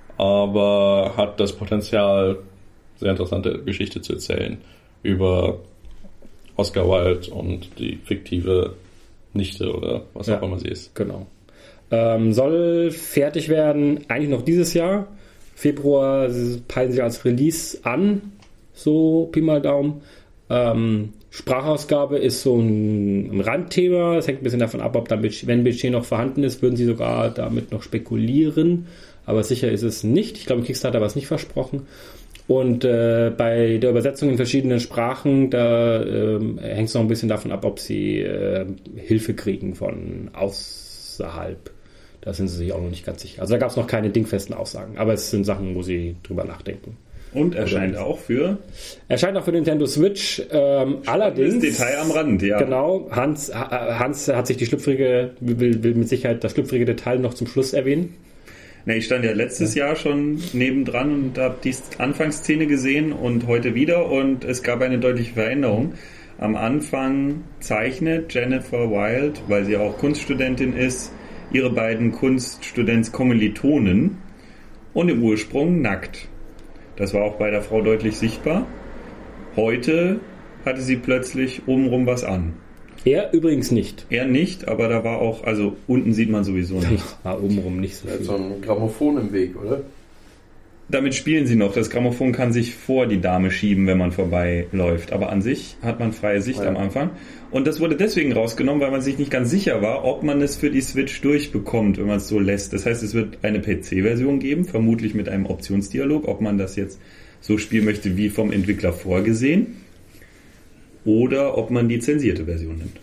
aber hat das Potenzial, sehr interessante Geschichte zu erzählen über Oscar Wilde und die fiktive Nichte oder was
Ja.
auch immer sie ist.
Genau. Ähm, soll fertig werden, eigentlich noch dieses Jahr. Februar peilen sie als Release an, so Pi mal Daumen. Ähm, Sprachausgabe ist so ein, ein Randthema. Es hängt ein bisschen davon ab, ob dann, wenn Budget noch vorhanden ist, würden sie sogar damit noch spekulieren. Aber sicher ist es nicht. Ich glaube, im Kickstarter war es nicht versprochen. Und äh, bei der Übersetzung in verschiedenen Sprachen, da ähm, hängt es noch ein bisschen davon ab, ob sie äh, Hilfe kriegen von außerhalb. Da sind sie sich auch noch nicht ganz sicher. Also da gab es noch keine dingfesten Aussagen. Aber es sind Sachen, wo sie drüber nachdenken.
Und erscheint auch für
Erscheint auch für Nintendo Switch. Ähm, allerdings.
Detail am Rand, ja.
Genau. Hans, Hans hat sich die schlüpfrige, will, will mit Sicherheit das schlüpfrige Detail noch zum Schluss erwähnen.
Na, ich stand ja letztes Jahr schon nebendran und habe die Anfangsszene gesehen und heute wieder und es gab eine deutliche Veränderung. Am Anfang zeichnet Jennifer Wild, weil sie auch Kunststudentin ist, ihre beiden Kunststudents-Kommilitonen und im Ursprung nackt. Das war auch bei der Frau deutlich sichtbar. Heute hatte sie plötzlich obenrum was an.
Er übrigens nicht.
Er nicht, aber da war auch, also unten sieht man sowieso nicht.
War obenrum nicht so
Da ist
viel.
so ein Grammophon im Weg, oder?
Damit spielen sie noch. Das Grammophon kann sich vor die Dame schieben, wenn man vorbeiläuft. Aber an sich hat man freie Sicht
Ja.
am Anfang. Und das wurde deswegen rausgenommen, weil man sich nicht ganz sicher war, ob man es für die Switch durchbekommt, wenn man es so lässt. Das heißt, es wird eine P C-Version geben, vermutlich mit einem Optionsdialog, ob man das jetzt so spielen möchte, wie vom Entwickler vorgesehen, oder ob man die zensierte Version nimmt.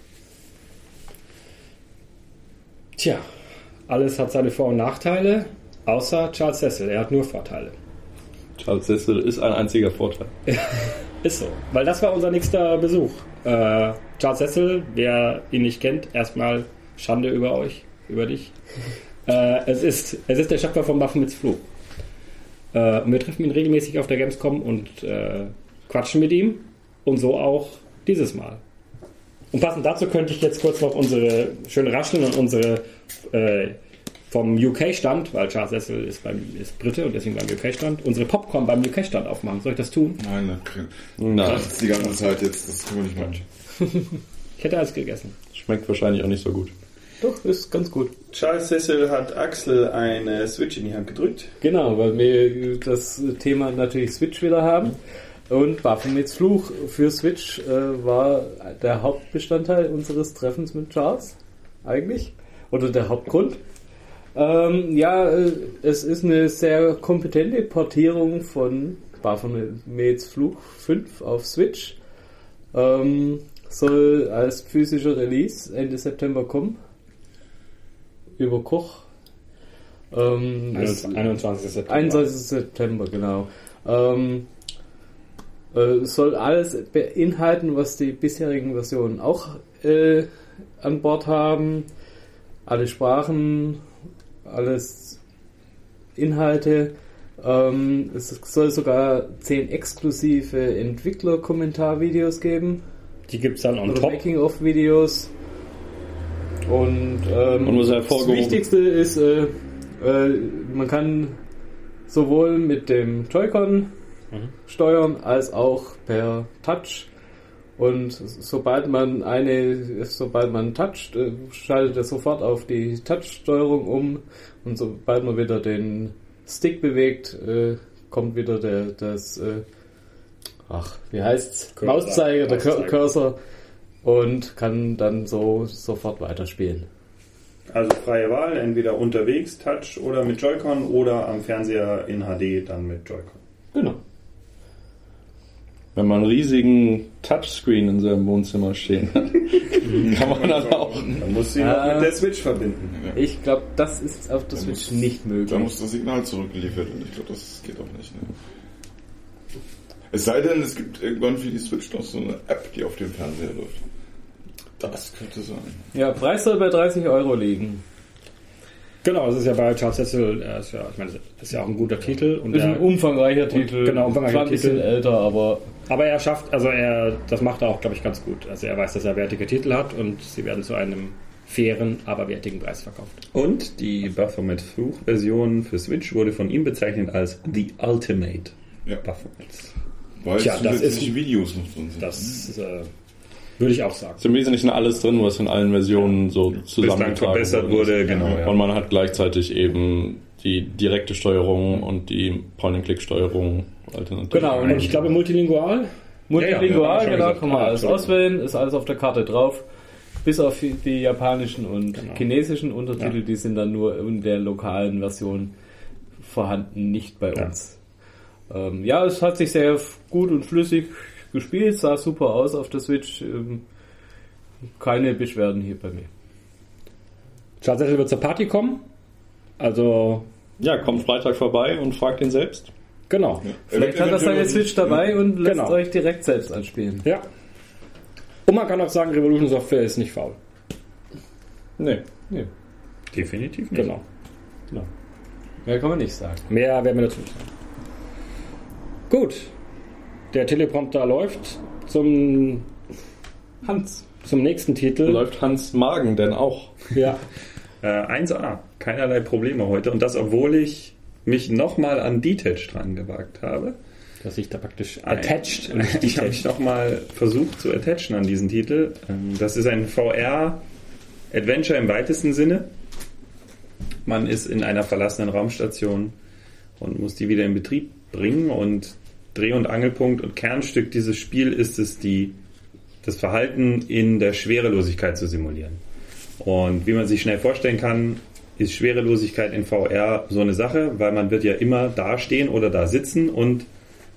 Tja, alles hat seine Vor- und Nachteile, außer Charles Cecil. Er hat nur Vorteile.
Charles Cecil ist ein einziger Vorteil.
Ist so, weil das war unser nächster Besuch. Äh, Charles Cecil, wer ihn nicht kennt, erstmal Schande über euch, über dich. Äh, es, ist, es ist der Schöpfer von Baphomets Fluch. Äh, und wir treffen ihn regelmäßig auf der Gamescom und äh, quatschen mit ihm. Und so auch dieses Mal. Und passend dazu könnte ich jetzt kurz noch unsere schön rascheln und unsere äh, vom U K-Stand, weil Charles Cecil ist, beim, ist Brite und deswegen beim U K-Stand, unsere Popcorn beim U K-Stand aufmachen. Soll ich das tun?
Nein, okay.
Nein.
Das ist die ganze Zeit jetzt, das können wir nicht machen.
Ich hätte alles gegessen.
Schmeckt wahrscheinlich auch nicht so gut.
Doch, ist ganz gut.
Charles Cecil hat Axel eine Switch in die Hand gedrückt.
Genau, weil wir das Thema natürlich Switch wieder haben. Und Baphomets Fluch für Switch äh, war der Hauptbestandteil unseres Treffens mit Charles, eigentlich. Oder der Hauptgrund. Ähm, ja, äh, es ist eine sehr kompetente Portierung von Baphomets Fluch fünf auf Switch. Ähm, soll als physischer Release Ende September kommen. Über Koch. Ähm, es-
einundzwanzigsten September.
einundzwanzigsten September, genau. Ähm, äh, soll alles beinhalten, was die bisherigen Versionen auch äh, an Bord haben. Alle Sprachen, alles Inhalte. Ähm, es soll sogar zehn exklusive Entwickler-Kommentarvideos geben.
Die gibt es dann on
Oder
top.
Making-of-Videos. Und, ähm,
Und was
das
hervorgehoben-
Wichtigste ist, äh, äh, man kann sowohl mit dem Joy-Con steuern als auch per Touch. Und sobald man eine, sobald man toucht, äh, schaltet er sofort auf die Touch-Steuerung um. Und sobald man wieder den Stick bewegt, äh, kommt wieder der, das, äh, ach, wie heißt's?
Cursor.
Mauszeiger, der
Mauszeiger.
Cursor. Und kann dann so sofort weiterspielen.
Also freie Wahl, entweder unterwegs, Touch oder mit Joy-Con oder am Fernseher in H D dann mit Joy-Con.
Genau.
Wenn man einen riesigen Touchscreen in seinem Wohnzimmer stehen hat, kann man dann auch...
Dann muss sie
Ah.
noch mit der Switch verbinden.
Ich glaube, das ist auf der
Da
Switch
muss-
nicht möglich.
Da muss das Signal zurückgeliefert werden. Ich glaube, das geht auch nicht. Ne? Es sei denn, es gibt irgendwann für die Switch noch so eine App, die auf dem Fernseher läuft. Das könnte sein.
Ja, Preis soll bei dreißig Euro liegen.
Genau, es ist ja bei Charles Cecil, er ist ja, ich meine, das ist ja auch ein guter Titel. Und
Ist ein
er,
umfangreicher Titel.
genau, umfangreicher
Zwar ein bisschen
Titel.
älter, aber
aber er schafft, also er, das macht er auch, glaube ich, ganz gut. Also er weiß, dass er wertige Titel hat und sie werden zu einem fairen, aber wertigen Preis verkauft.
Und die Baphomet Fluch-Version für Switch wurde von ihm bezeichnet als The Ultimate
Ja.
Baphomet.
Weil
Tja, das
zusätzliche
ist-
Videos noch drin sind.
Das äh, würde ich auch sagen.
ist im Wesentlichen alles drin, was in allen Versionen so
Bislang
zusammengetragen
verbessert wurde, genau. Ja.
Und man hat gleichzeitig eben die direkte Steuerung und die Point-and-Click-Steuerung alternativ.
Genau,
Und ich glaube multilingual.
multilingual,
ja, schon
genau,
gesagt.
kann man
Ah,
alles
Entschuldigung.
auswählen, ist alles auf der Karte drauf. Bis auf die japanischen und
Genau.
chinesischen Untertitel,
Ja.
die sind dann nur in der lokalen Version vorhanden, nicht bei
Ja.
uns. Ähm, ja, es hat sich sehr gut und flüssig gespielt, sah super aus auf der Switch. Ähm, keine Beschwerden hier bei mir.
Charles Cecil wird zur Party kommen. Also,
Ja, kommt Freitag vorbei und fragt ihn selbst.
genau.
Vielleicht hat er seine Switch dabei und lässt
Genau.
euch direkt selbst anspielen.
Ja. Und man kann auch sagen, Revolution Software ist nicht faul.
Nee.
Nee,
Definitiv nicht.
Genau.
mehr kann man nicht sagen.
Mehr werden wir dazu nicht sagen. Gut. Der Teleprompter läuft zum
Hans.
Zum nächsten Titel.
Läuft Hans Magen denn auch?
Ja.
Äh, eins a, keinerlei Probleme heute. Und das, obwohl ich mich nochmal an Detached dran gewagt habe.
Dass sich da praktisch attached.
Ein, ich habe mich nochmal versucht zu attachen an diesen Titel. Das ist ein V R-Adventure im weitesten Sinne. Man ist in einer verlassenen Raumstation und muss die wieder in Betrieb bringen. Und Dreh- und Angelpunkt und Kernstück dieses Spiels ist es, die, das Verhalten in der Schwerelosigkeit zu simulieren. Und wie man sich schnell vorstellen kann, ist Schwerelosigkeit in V R so eine Sache, weil man wird ja immer da stehen oder da sitzen und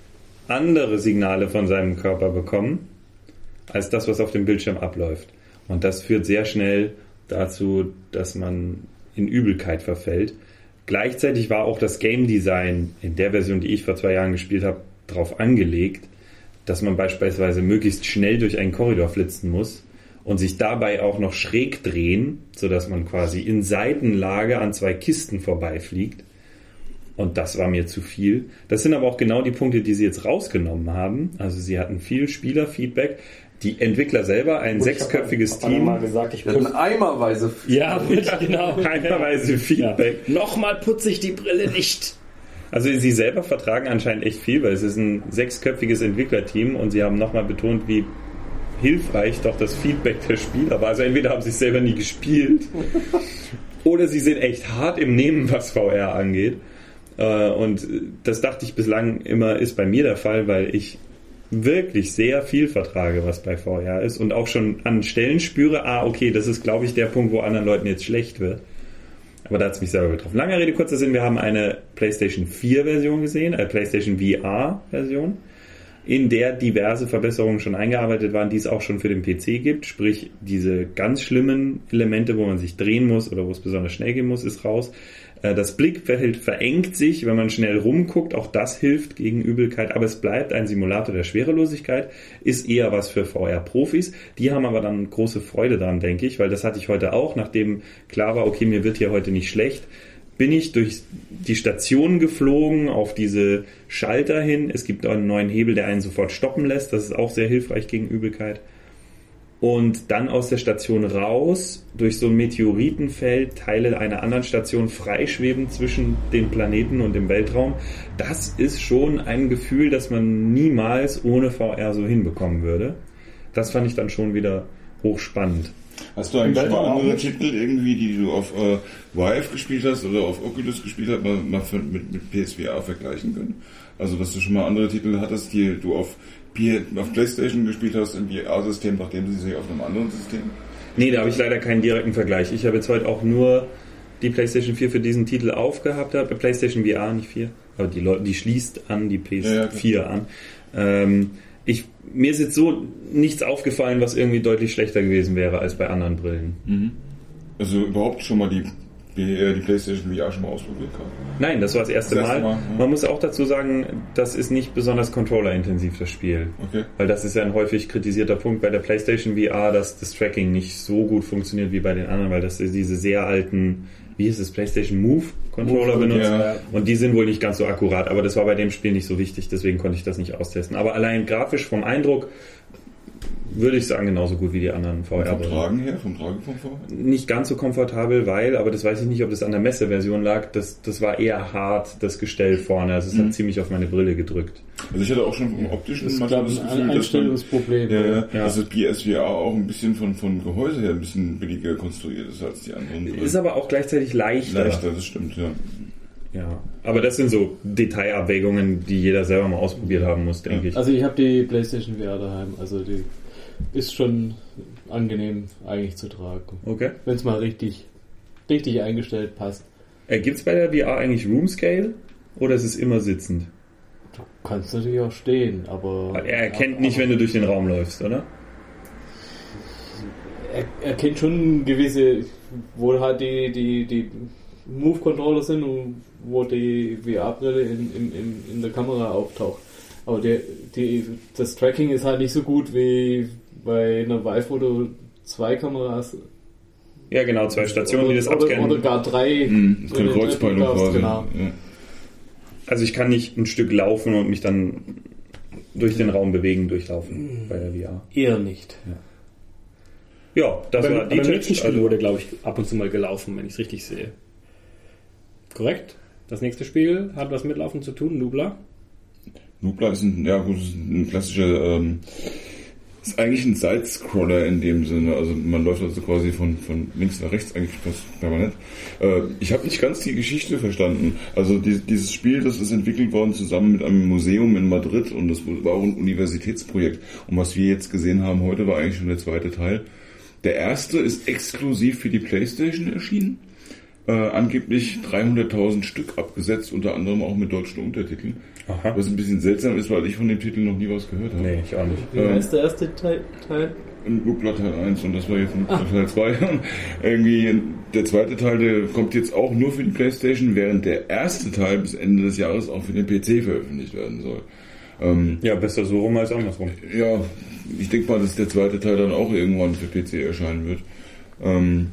andere Signale von seinem Körper bekommen, als das, was auf dem Bildschirm abläuft. Und das führt sehr schnell dazu, dass man in Übelkeit verfällt. Gleichzeitig war auch das Game Design in der Version, die ich vor zwei Jahren gespielt habe, darauf angelegt, dass man beispielsweise möglichst schnell durch einen Korridor flitzen muss und sich dabei auch noch schräg drehen, sodass man quasi in Seitenlage an zwei Kisten vorbeifliegt. Und das war mir zu viel. Das sind aber auch genau die Punkte, die sie jetzt rausgenommen haben. Also sie hatten viel Spielerfeedback. Die Entwickler selber, ein
Und
sechsköpfiges
ich hab
Team.
mal gesagt, ich
Wir hatten eimerweise
Ja, genau.
Eimerweise Feedback.
Ja. Nochmal putze ich die Brille nicht.
Also sie selber vertragen anscheinend echt viel, weil es ist ein sechsköpfiges Entwicklerteam und sie haben nochmal betont, wie hilfreich doch das Feedback der Spieler war. Also entweder haben sie es selber nie gespielt oder sie sind echt hart im Nehmen, was V R angeht. Und das dachte ich bislang immer ist bei mir der Fall, weil ich wirklich sehr viel vertrage, was bei V R ist und auch schon an Stellen spüre, ah, okay, das ist, glaube ich, der Punkt, wo anderen Leuten jetzt schlecht wird. Aber da hat es mich selber getroffen. Lange Rede, kurzer Sinn, wir haben eine PlayStation vier Version gesehen, eine PlayStation V R Version, in der diverse Verbesserungen schon eingearbeitet waren, die es auch schon für den P C gibt. Sprich, diese ganz schlimmen Elemente, wo man sich drehen muss oder wo es besonders schnell gehen muss, ist raus. Das Blickfeld verengt sich, wenn man schnell rumguckt. Auch das hilft gegen Übelkeit. Aber es bleibt ein Simulator der Schwerelosigkeit. Ist eher was für V R-Profis. Die haben aber dann große Freude daran, denke ich. Weil das hatte ich heute auch. Nachdem klar war, okay, mir wird hier heute nicht schlecht, bin ich durch die Station geflogen auf diese Schalter hin. Es gibt einen neuen Hebel, der einen sofort stoppen lässt. Das ist auch sehr hilfreich gegen Übelkeit. Und dann aus der Station raus, durch so ein Meteoritenfeld, Teile einer anderen Station freischweben zwischen den Planeten und dem Weltraum. Das ist schon ein Gefühl, das man niemals ohne V R so hinbekommen würde. Das fand ich dann schon wieder hochspannend.
Hast du eigentlich mal andere Titel irgendwie, die du auf äh, Vive gespielt hast oder auf Oculus gespielt hast, mal, mal mit, mit P S V R vergleichen können? Also, dass du schon mal andere Titel hattest, die du auf, auf PlayStation gespielt hast im V R-System, nachdem du sie auf einem anderen System?
Nee, da habe ich leider keinen direkten Vergleich. Ich habe jetzt heute auch nur die PlayStation vier für diesen Titel aufgehabt. Habe PlayStation V R, nicht vier, aber die, Leute, die schließt an die P S vier ja, ja, an. Ähm, Ich, mir ist jetzt so nichts aufgefallen, was irgendwie deutlich schlechter gewesen wäre als bei anderen Brillen.
Mhm. Also überhaupt schon mal die, die, die PlayStation V R schon mal ausprobiert gehabt?
Nein, das war das erste, das erste Mal. Mal ja. Man muss auch dazu sagen, das ist nicht besonders controllerintensiv, das Spiel. Okay. Weil das ist ja ein häufig kritisierter Punkt bei der PlayStation V R, dass das Tracking nicht so gut funktioniert wie bei den anderen, weil das diese sehr alten, wie hieß es, PlayStation Move Controller Move, benutzt. Ja. Und die sind wohl nicht ganz so akkurat, aber das war bei dem Spiel nicht so wichtig, deswegen konnte ich das nicht austesten. Aber allein grafisch vom Eindruck würde ich sagen, genauso gut wie die anderen V R.
Vom Tragen her, vom Tragekomfort?
Nicht ganz so komfortabel, weil, aber das weiß ich nicht, ob das an der Messeversion lag, das, das war eher hart, das Gestell vorne, also es mhm. hat ziemlich auf meine Brille gedrückt.
Also ich hatte auch schon vom optischen
das manchmal das Gefühl, ein Einstellungsproblem.
Ja, ja, ja. Dass das P S V R auch ein bisschen von, von Gehäuse her ein bisschen billiger konstruiert ist als die anderen.
Ist aber auch gleichzeitig leichter.
Leichter, das stimmt, ja.
Ja, aber das sind so Detailabwägungen, die jeder selber mal ausprobiert haben muss, denke ja. ich.
Also ich habe die PlayStation V R daheim, also die ist schon angenehm eigentlich zu tragen. Okay. Wenn es mal richtig, richtig eingestellt passt.
Äh, Gibt es bei der V R eigentlich Room Scale oder ist es immer sitzend?
Du kannst natürlich auch stehen, aber...
Er erkennt aber, nicht, aber, wenn du durch den Raum läufst, oder?
Er erkennt schon gewisse, wo halt die, die, die Move-Controller sind und wo die V R-Brille in, in, in, in der Kamera auftaucht. Aber die, die, das Tracking ist halt nicht so gut wie bei einer Vive, wo du zwei Kameras...
Ja genau, zwei Stationen,
oder,
die das abscannen.
Oder gar drei.
Mhm, das kann Kreuzbein quasi.
Genau.
Ja.
Also ich kann nicht ein Stück laufen und mich dann durch den Raum bewegen, durchlaufen bei der V R.
Eher nicht.
Ja. Ja, das
aber
war
aber im
Detached,
nächsten Spiel
also-
wurde, glaube ich, ab und zu mal gelaufen, wenn ich es richtig sehe. Korrekt? Das nächste Spiel hat was mit Laufen zu tun, Nubla.
Nubla ist ein, ja gut, ist ein klassischer, ähm, ist eigentlich ein Side-Scroller in dem Sinne. Also man läuft also quasi von, von links nach rechts eigentlich fast permanent. Äh, ich habe nicht ganz die Geschichte verstanden. Also die, dieses Spiel, das ist entwickelt worden zusammen mit einem Museum in Madrid und das war auch ein Universitätsprojekt. Und was wir jetzt gesehen haben heute, war eigentlich schon der zweite Teil. Der erste ist exklusiv für die PlayStation erschienen. Äh, angeblich dreihunderttausend Stück abgesetzt, unter anderem auch mit deutschen Untertiteln.
Aha.
Was ein bisschen seltsam ist, weil ich von dem Titel noch nie was gehört habe.
Nee, ich auch nicht.
Wie heißt der erste Teil? Teil?
Nubla Teil eins und das war jetzt Nubla Teil zwei. Irgendwie der zweite Teil, der kommt jetzt auch nur für die PlayStation, während der erste Teil bis Ende des Jahres auch für den P C veröffentlicht werden soll. Ähm,
Ja, besser so rum als andersrum.
ja, ich denke mal, dass der zweite Teil dann auch irgendwann für P C erscheinen wird. Ähm,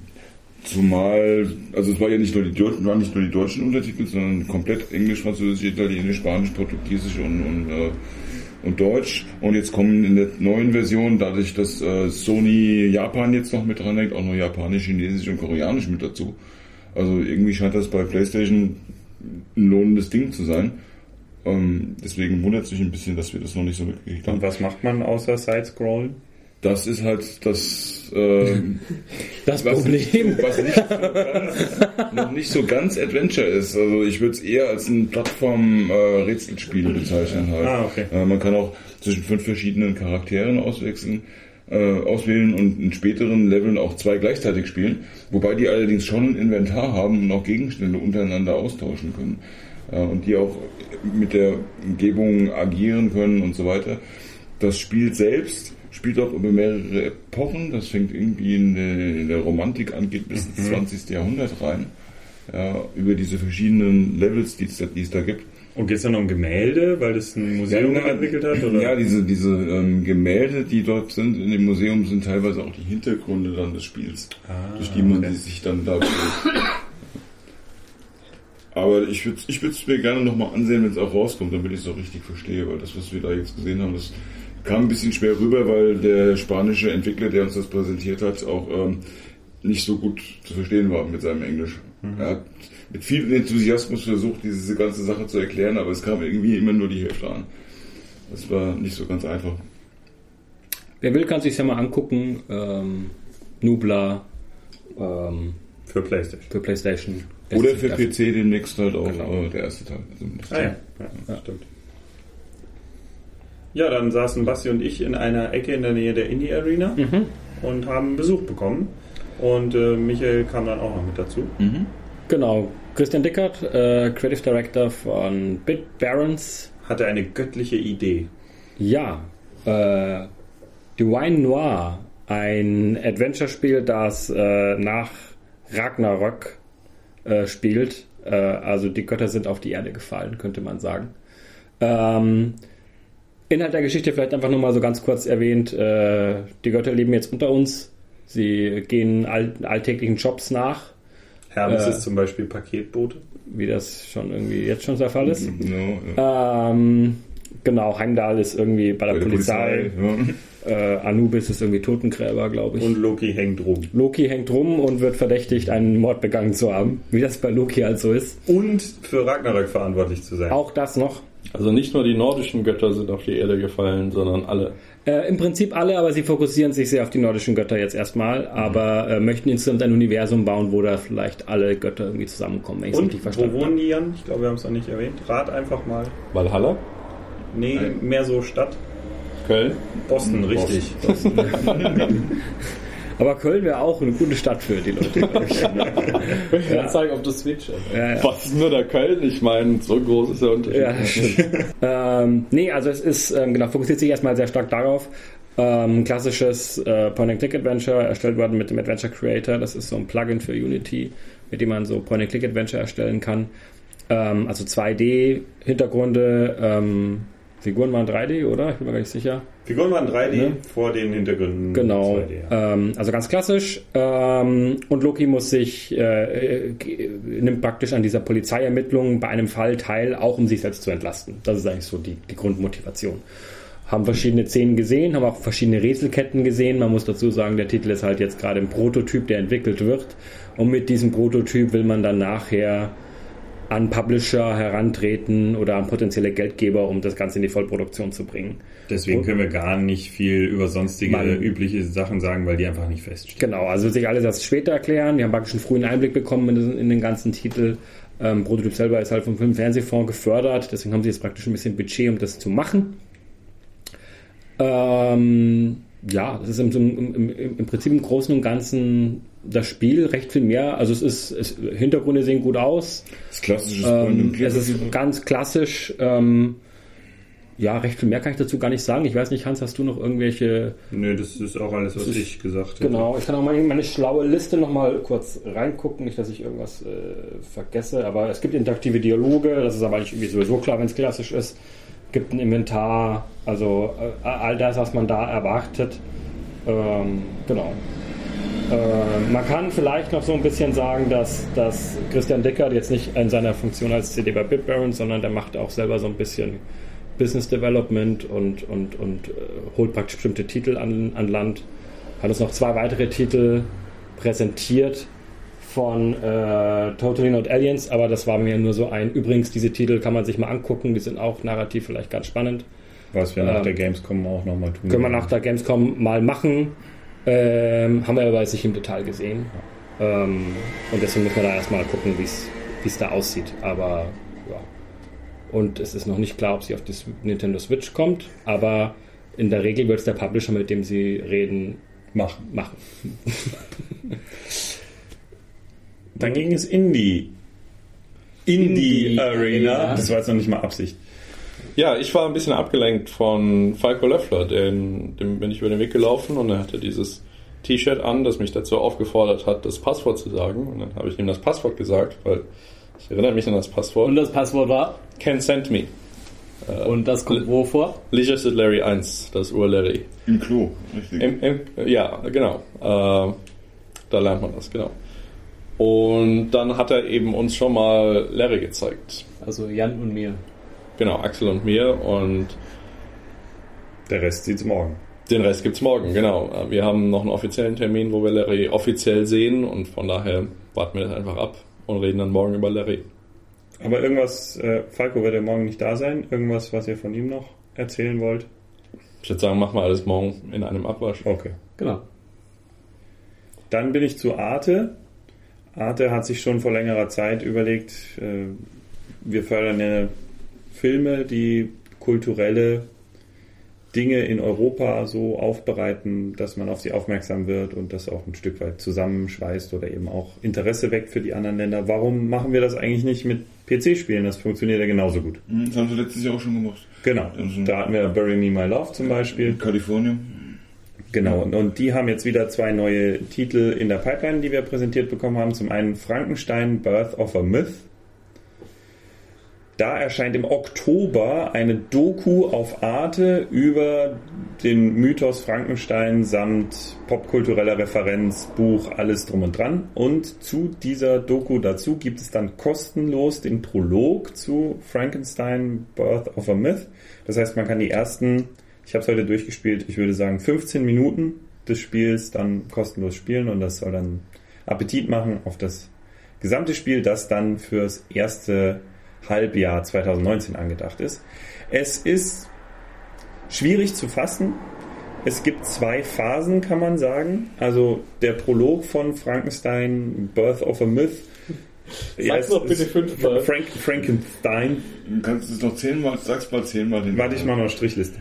Zumal, also es war ja nicht nur die Deutschen, waren nicht nur die deutschen Untertitel, sondern komplett Englisch, Französisch, Italienisch, Spanisch, Portugiesisch und, und, äh, und Deutsch. Und jetzt kommen in der neuen Version, dadurch, dass äh, Sony Japan jetzt noch mit dranhängt, auch noch Japanisch, Chinesisch und Koreanisch mit dazu. Also irgendwie scheint das bei PlayStation ein lohnendes Ding zu sein. Ähm, deswegen wundert es mich ein bisschen, dass wir das noch nicht so mitgekriegt haben.
Und was macht man außer Side-Scrollen?
Das ist halt das, äh,
Das
was
Problem.
Nicht, was nicht so ganz, noch nicht so ganz Adventure ist. Also ich würde es eher als ein Plattform-Rätselspiel bezeichnen halt.
Ah, okay.
Äh, man kann auch zwischen fünf verschiedenen Charakteren auswechseln, äh, auswählen und in späteren Leveln auch zwei gleichzeitig spielen, wobei die allerdings schon ein Inventar haben und auch Gegenstände untereinander austauschen können. Äh, und die auch mit der Umgebung agieren können und so weiter. Das Spiel selbst spielt auch über mehrere Epochen. Das fängt irgendwie in der, in der Romantik an, geht bis ins zwanzigste Jahrhundert rein. Ja, über diese verschiedenen Levels, die es, die es da gibt.
Und geht es dann um Gemälde, weil das ein Museum
Ja,
entwickelt hat? Oder?
Ja, diese, diese ähm, Gemälde, die dort sind in dem Museum, sind teilweise auch die Hintergründe dann des Spiels,
Ah,
durch die man
okay.
die sich dann da bewegt. Aber ich würde ich es mir gerne nochmal ansehen, wenn es auch rauskommt, damit ich es auch richtig verstehe, weil das, was wir da jetzt gesehen haben, das kam ein bisschen schwer rüber, weil der spanische Entwickler, der uns das präsentiert hat, auch ähm, nicht so gut zu verstehen war mit seinem Englisch. Mhm. Er hat mit viel Enthusiasmus versucht, diese ganze Sache zu erklären, aber es kam irgendwie immer nur die Hälfte an. Das war nicht so ganz einfach.
Wer will, kann sich ja mal angucken. Ähm, Nubla ähm,
Für PlayStation.
für PlayStation.
Oder für P C demnächst halt auch
Genau.
äh, der erste Teil. Zumindest.
Ah ja, ja, ja, stimmt. Ja, dann saßen Basti und ich in einer Ecke in der Nähe der Indie Arena
Mhm.
und haben Besuch bekommen. Und äh, Michael kam dann auch noch mit dazu.
Mhm.
Genau. Christian Dickert, äh, Creative Director von Bit Barons.
Hatte eine göttliche Idee.
Ja, äh, Divine Noir, ein Adventure-Spiel, das äh, nach Ragnarök äh, spielt. Äh, also die Götter sind auf die Erde gefallen, könnte man sagen. Ähm, Inhalt der Geschichte vielleicht einfach nur mal so ganz kurz erwähnt. Äh, die Götter leben jetzt unter uns. Sie gehen all, alltäglichen Jobs nach,
Hermes
Äh,
ist zum Beispiel Paketbote.
wie das schon irgendwie jetzt schon der Fall ist.
Genau, ja.
Ähm, genau, Heimdall ist irgendwie bei der,
Bei der
Polizei.
ja.
Äh, Anubis ist irgendwie Totengräber, glaube ich.
Und Loki hängt rum.
Loki hängt rum und wird verdächtigt, einen Mord begangen zu haben, wie das bei Loki halt so ist.
Und für Ragnarök verantwortlich zu sein.
Auch das noch.
Also nicht nur die nordischen Götter sind auf die Erde gefallen, sondern alle.
Äh, Im Prinzip alle, aber sie fokussieren sich sehr auf die nordischen Götter jetzt erstmal, aber äh, möchten insgesamt ein Universum bauen, wo da vielleicht alle Götter irgendwie zusammenkommen, wenn ich es
Und
richtig
wo
verstanden
wohnen
habe.
die, Jan? Ich glaube, wir haben es noch nicht erwähnt. Rat einfach mal.
Valhalla?
Nee,
Nein.
mehr so Stadt.
Köln?
Boston, richtig.
Aber Köln wäre auch eine gute Stadt für die Leute. glaub ich.
Ich kann zeigen, ob das Switch ist.
Ja, ja.
Was ist nur der Köln? Ich meine, so groß ist der Unterschied.
Ja, das stimmt. ähm, nee, also es ist, ähm, genau, fokussiert sich erstmal sehr stark darauf. Ähm, klassisches äh, Point-and-Click-Adventure, erstellt worden mit dem Adventure Creator. Das ist so ein Plugin für Unity, mit dem man so Point-and-Click-Adventure erstellen kann. Ähm, also zwei D-Hintergründe, ähm, Figuren waren drei D, oder? Ich bin mir gar nicht sicher.
Figuren waren drei D
Ne?
vor den Hintergründen
Genau,
zwei D. Ja.
ähm, also ganz klassisch. Ähm, und Loki muss sich, äh, g- nimmt praktisch an dieser Polizeiermittlung bei einem Fall teil, auch um sich selbst zu entlasten. Das ist eigentlich so die, die Grundmotivation. haben verschiedene Szenen gesehen, haben auch verschiedene Rätselketten gesehen. Man muss dazu sagen, der Titel ist halt jetzt gerade ein Prototyp, der entwickelt wird. Und mit diesem Prototyp will man dann nachher an Publisher herantreten oder an potenzielle Geldgeber, um das Ganze in die Vollproduktion zu bringen.
Deswegen
Und
können wir gar nicht viel über sonstige
man,
übliche Sachen sagen, weil die einfach nicht feststehen.
Genau, also wird sich alles erst später erklären. Wir haben praktisch einen frühen Einblick bekommen in, in den ganzen Titel. Ähm, Prototyp selber ist halt vom Film- und Fernsehfonds gefördert, deswegen haben sie jetzt praktisch ein bisschen Budget, um das zu machen. Ähm, ja, das ist im, im, im, im Prinzip im Großen und Ganzen das Spiel, recht viel mehr. Also es ist, es, Hintergründe sehen gut aus.
Das klassische
ähm, Es ist ganz klassisch. Ähm, ja, recht viel mehr kann ich dazu gar nicht sagen. Ich weiß nicht, Hans, hast du noch irgendwelche...
Nö, das ist auch alles, was ich gesagt habe.
Genau, ich kann auch mal meine schlaue Liste nochmal kurz reingucken, nicht, dass ich irgendwas äh, vergesse, aber es gibt interaktive Dialoge, das ist aber nicht irgendwie sowieso klar, wenn es klassisch ist. Es gibt ein Inventar, also äh, all das, was man da erwartet. Ähm, genau. Äh, man kann vielleicht noch so ein bisschen sagen, dass, dass Christian Dickert jetzt nicht in seiner Funktion als C D bei BitBaron, sondern der macht auch selber so ein bisschen Business Development und, und, und äh, holt praktisch bestimmte Titel an, an Land. Hat uns noch zwei weitere Titel präsentiert von äh, Totally Not Aliens, aber das war mir nur so ein. Übrigens, diese Titel kann man sich mal angucken, die sind auch narrativ vielleicht ganz spannend.
Was wir nach
ähm,
der Gamescom auch nochmal tun.
Können wir nach der Gamescom mal machen. Ähm, haben wir aber jetzt nicht im Detail gesehen. Ähm, und deswegen müssen wir da erstmal gucken, wie es da aussieht. Aber ja. Und es ist noch nicht klar, ob sie auf die Nintendo Switch kommt, aber in der Regel wird es der Publisher, mit dem sie reden,
machen.
machen.
Dann ging es in die Indie, Indie Arena. Das war jetzt noch nicht mal Absicht.
Ja, ich war ein bisschen abgelenkt von Falco Löffler, den, dem bin ich über den Weg gelaufen und er hatte dieses T-Shirt an, das mich dazu aufgefordert hat, das Passwort zu sagen. Und dann habe ich ihm das Passwort gesagt, weil ich erinnere mich an das Passwort.
Und das Passwort war?
Can send me.
Und das kommt wo vor?
Leisure Suit Larry eins, das Ur-Larry.
Im Klo, richtig.
Im, im, ja, genau. Äh, da lernt man das, genau. Und dann hat er eben uns schon mal Larry gezeigt.
Also Jan und mir.
Genau, Axel und mir und
der Rest sieht's morgen.
Den Rest gibt's morgen, genau. Wir haben noch einen offiziellen Termin, wo wir Larry offiziell sehen und von daher warten wir das einfach ab und reden dann morgen über Larry.
Aber irgendwas, äh, Falco wird ja morgen nicht da sein, irgendwas, was ihr von ihm noch erzählen wollt?
Ich würde sagen, machen wir alles morgen in einem Abwasch.
Okay.
Genau.
Dann bin ich zu Arte. Arte hat sich schon vor längerer Zeit überlegt, äh, wir fördern eine Filme, die kulturelle Dinge in Europa so aufbereiten, dass man auf sie aufmerksam wird und das auch ein Stück weit zusammenschweißt oder eben auch Interesse weckt für die anderen Länder. Warum machen wir das eigentlich nicht mit P C-Spielen? Das funktioniert ja genauso gut.
Das haben sie letztes Jahr auch schon gemacht.
Genau. Da hatten wir Bury Me My Love zum Beispiel.
Kalifornien.
Genau. Und, und die haben jetzt wieder zwei neue Titel in der Pipeline, die wir präsentiert bekommen haben. Zum einen Frankenstein, Birth of a Myth. Da erscheint im Oktober eine Doku auf Arte über den Mythos Frankenstein samt popkultureller Referenz, Buch, alles drum und dran. Und zu dieser Doku dazu gibt es dann kostenlos den Prolog zu Frankenstein Birth of a Myth. Das heißt, man kann die ersten, ich habe es heute durchgespielt, ich würde sagen fünfzehn Minuten des Spiels dann kostenlos spielen und das soll dann Appetit machen auf das gesamte Spiel, das dann fürs erste Halbjahr zwanzig neunzehn angedacht ist. Es ist schwierig zu fassen. Es gibt zwei Phasen, kann man sagen. Also der Prolog von Frankenstein, Birth of a Myth.
Sag's doch bitte fünfmal.
Frank, Frankenstein.
Du kannst es noch zehnmal, sag's mal zehnmal.
Warte, ich mache noch eine Strichliste.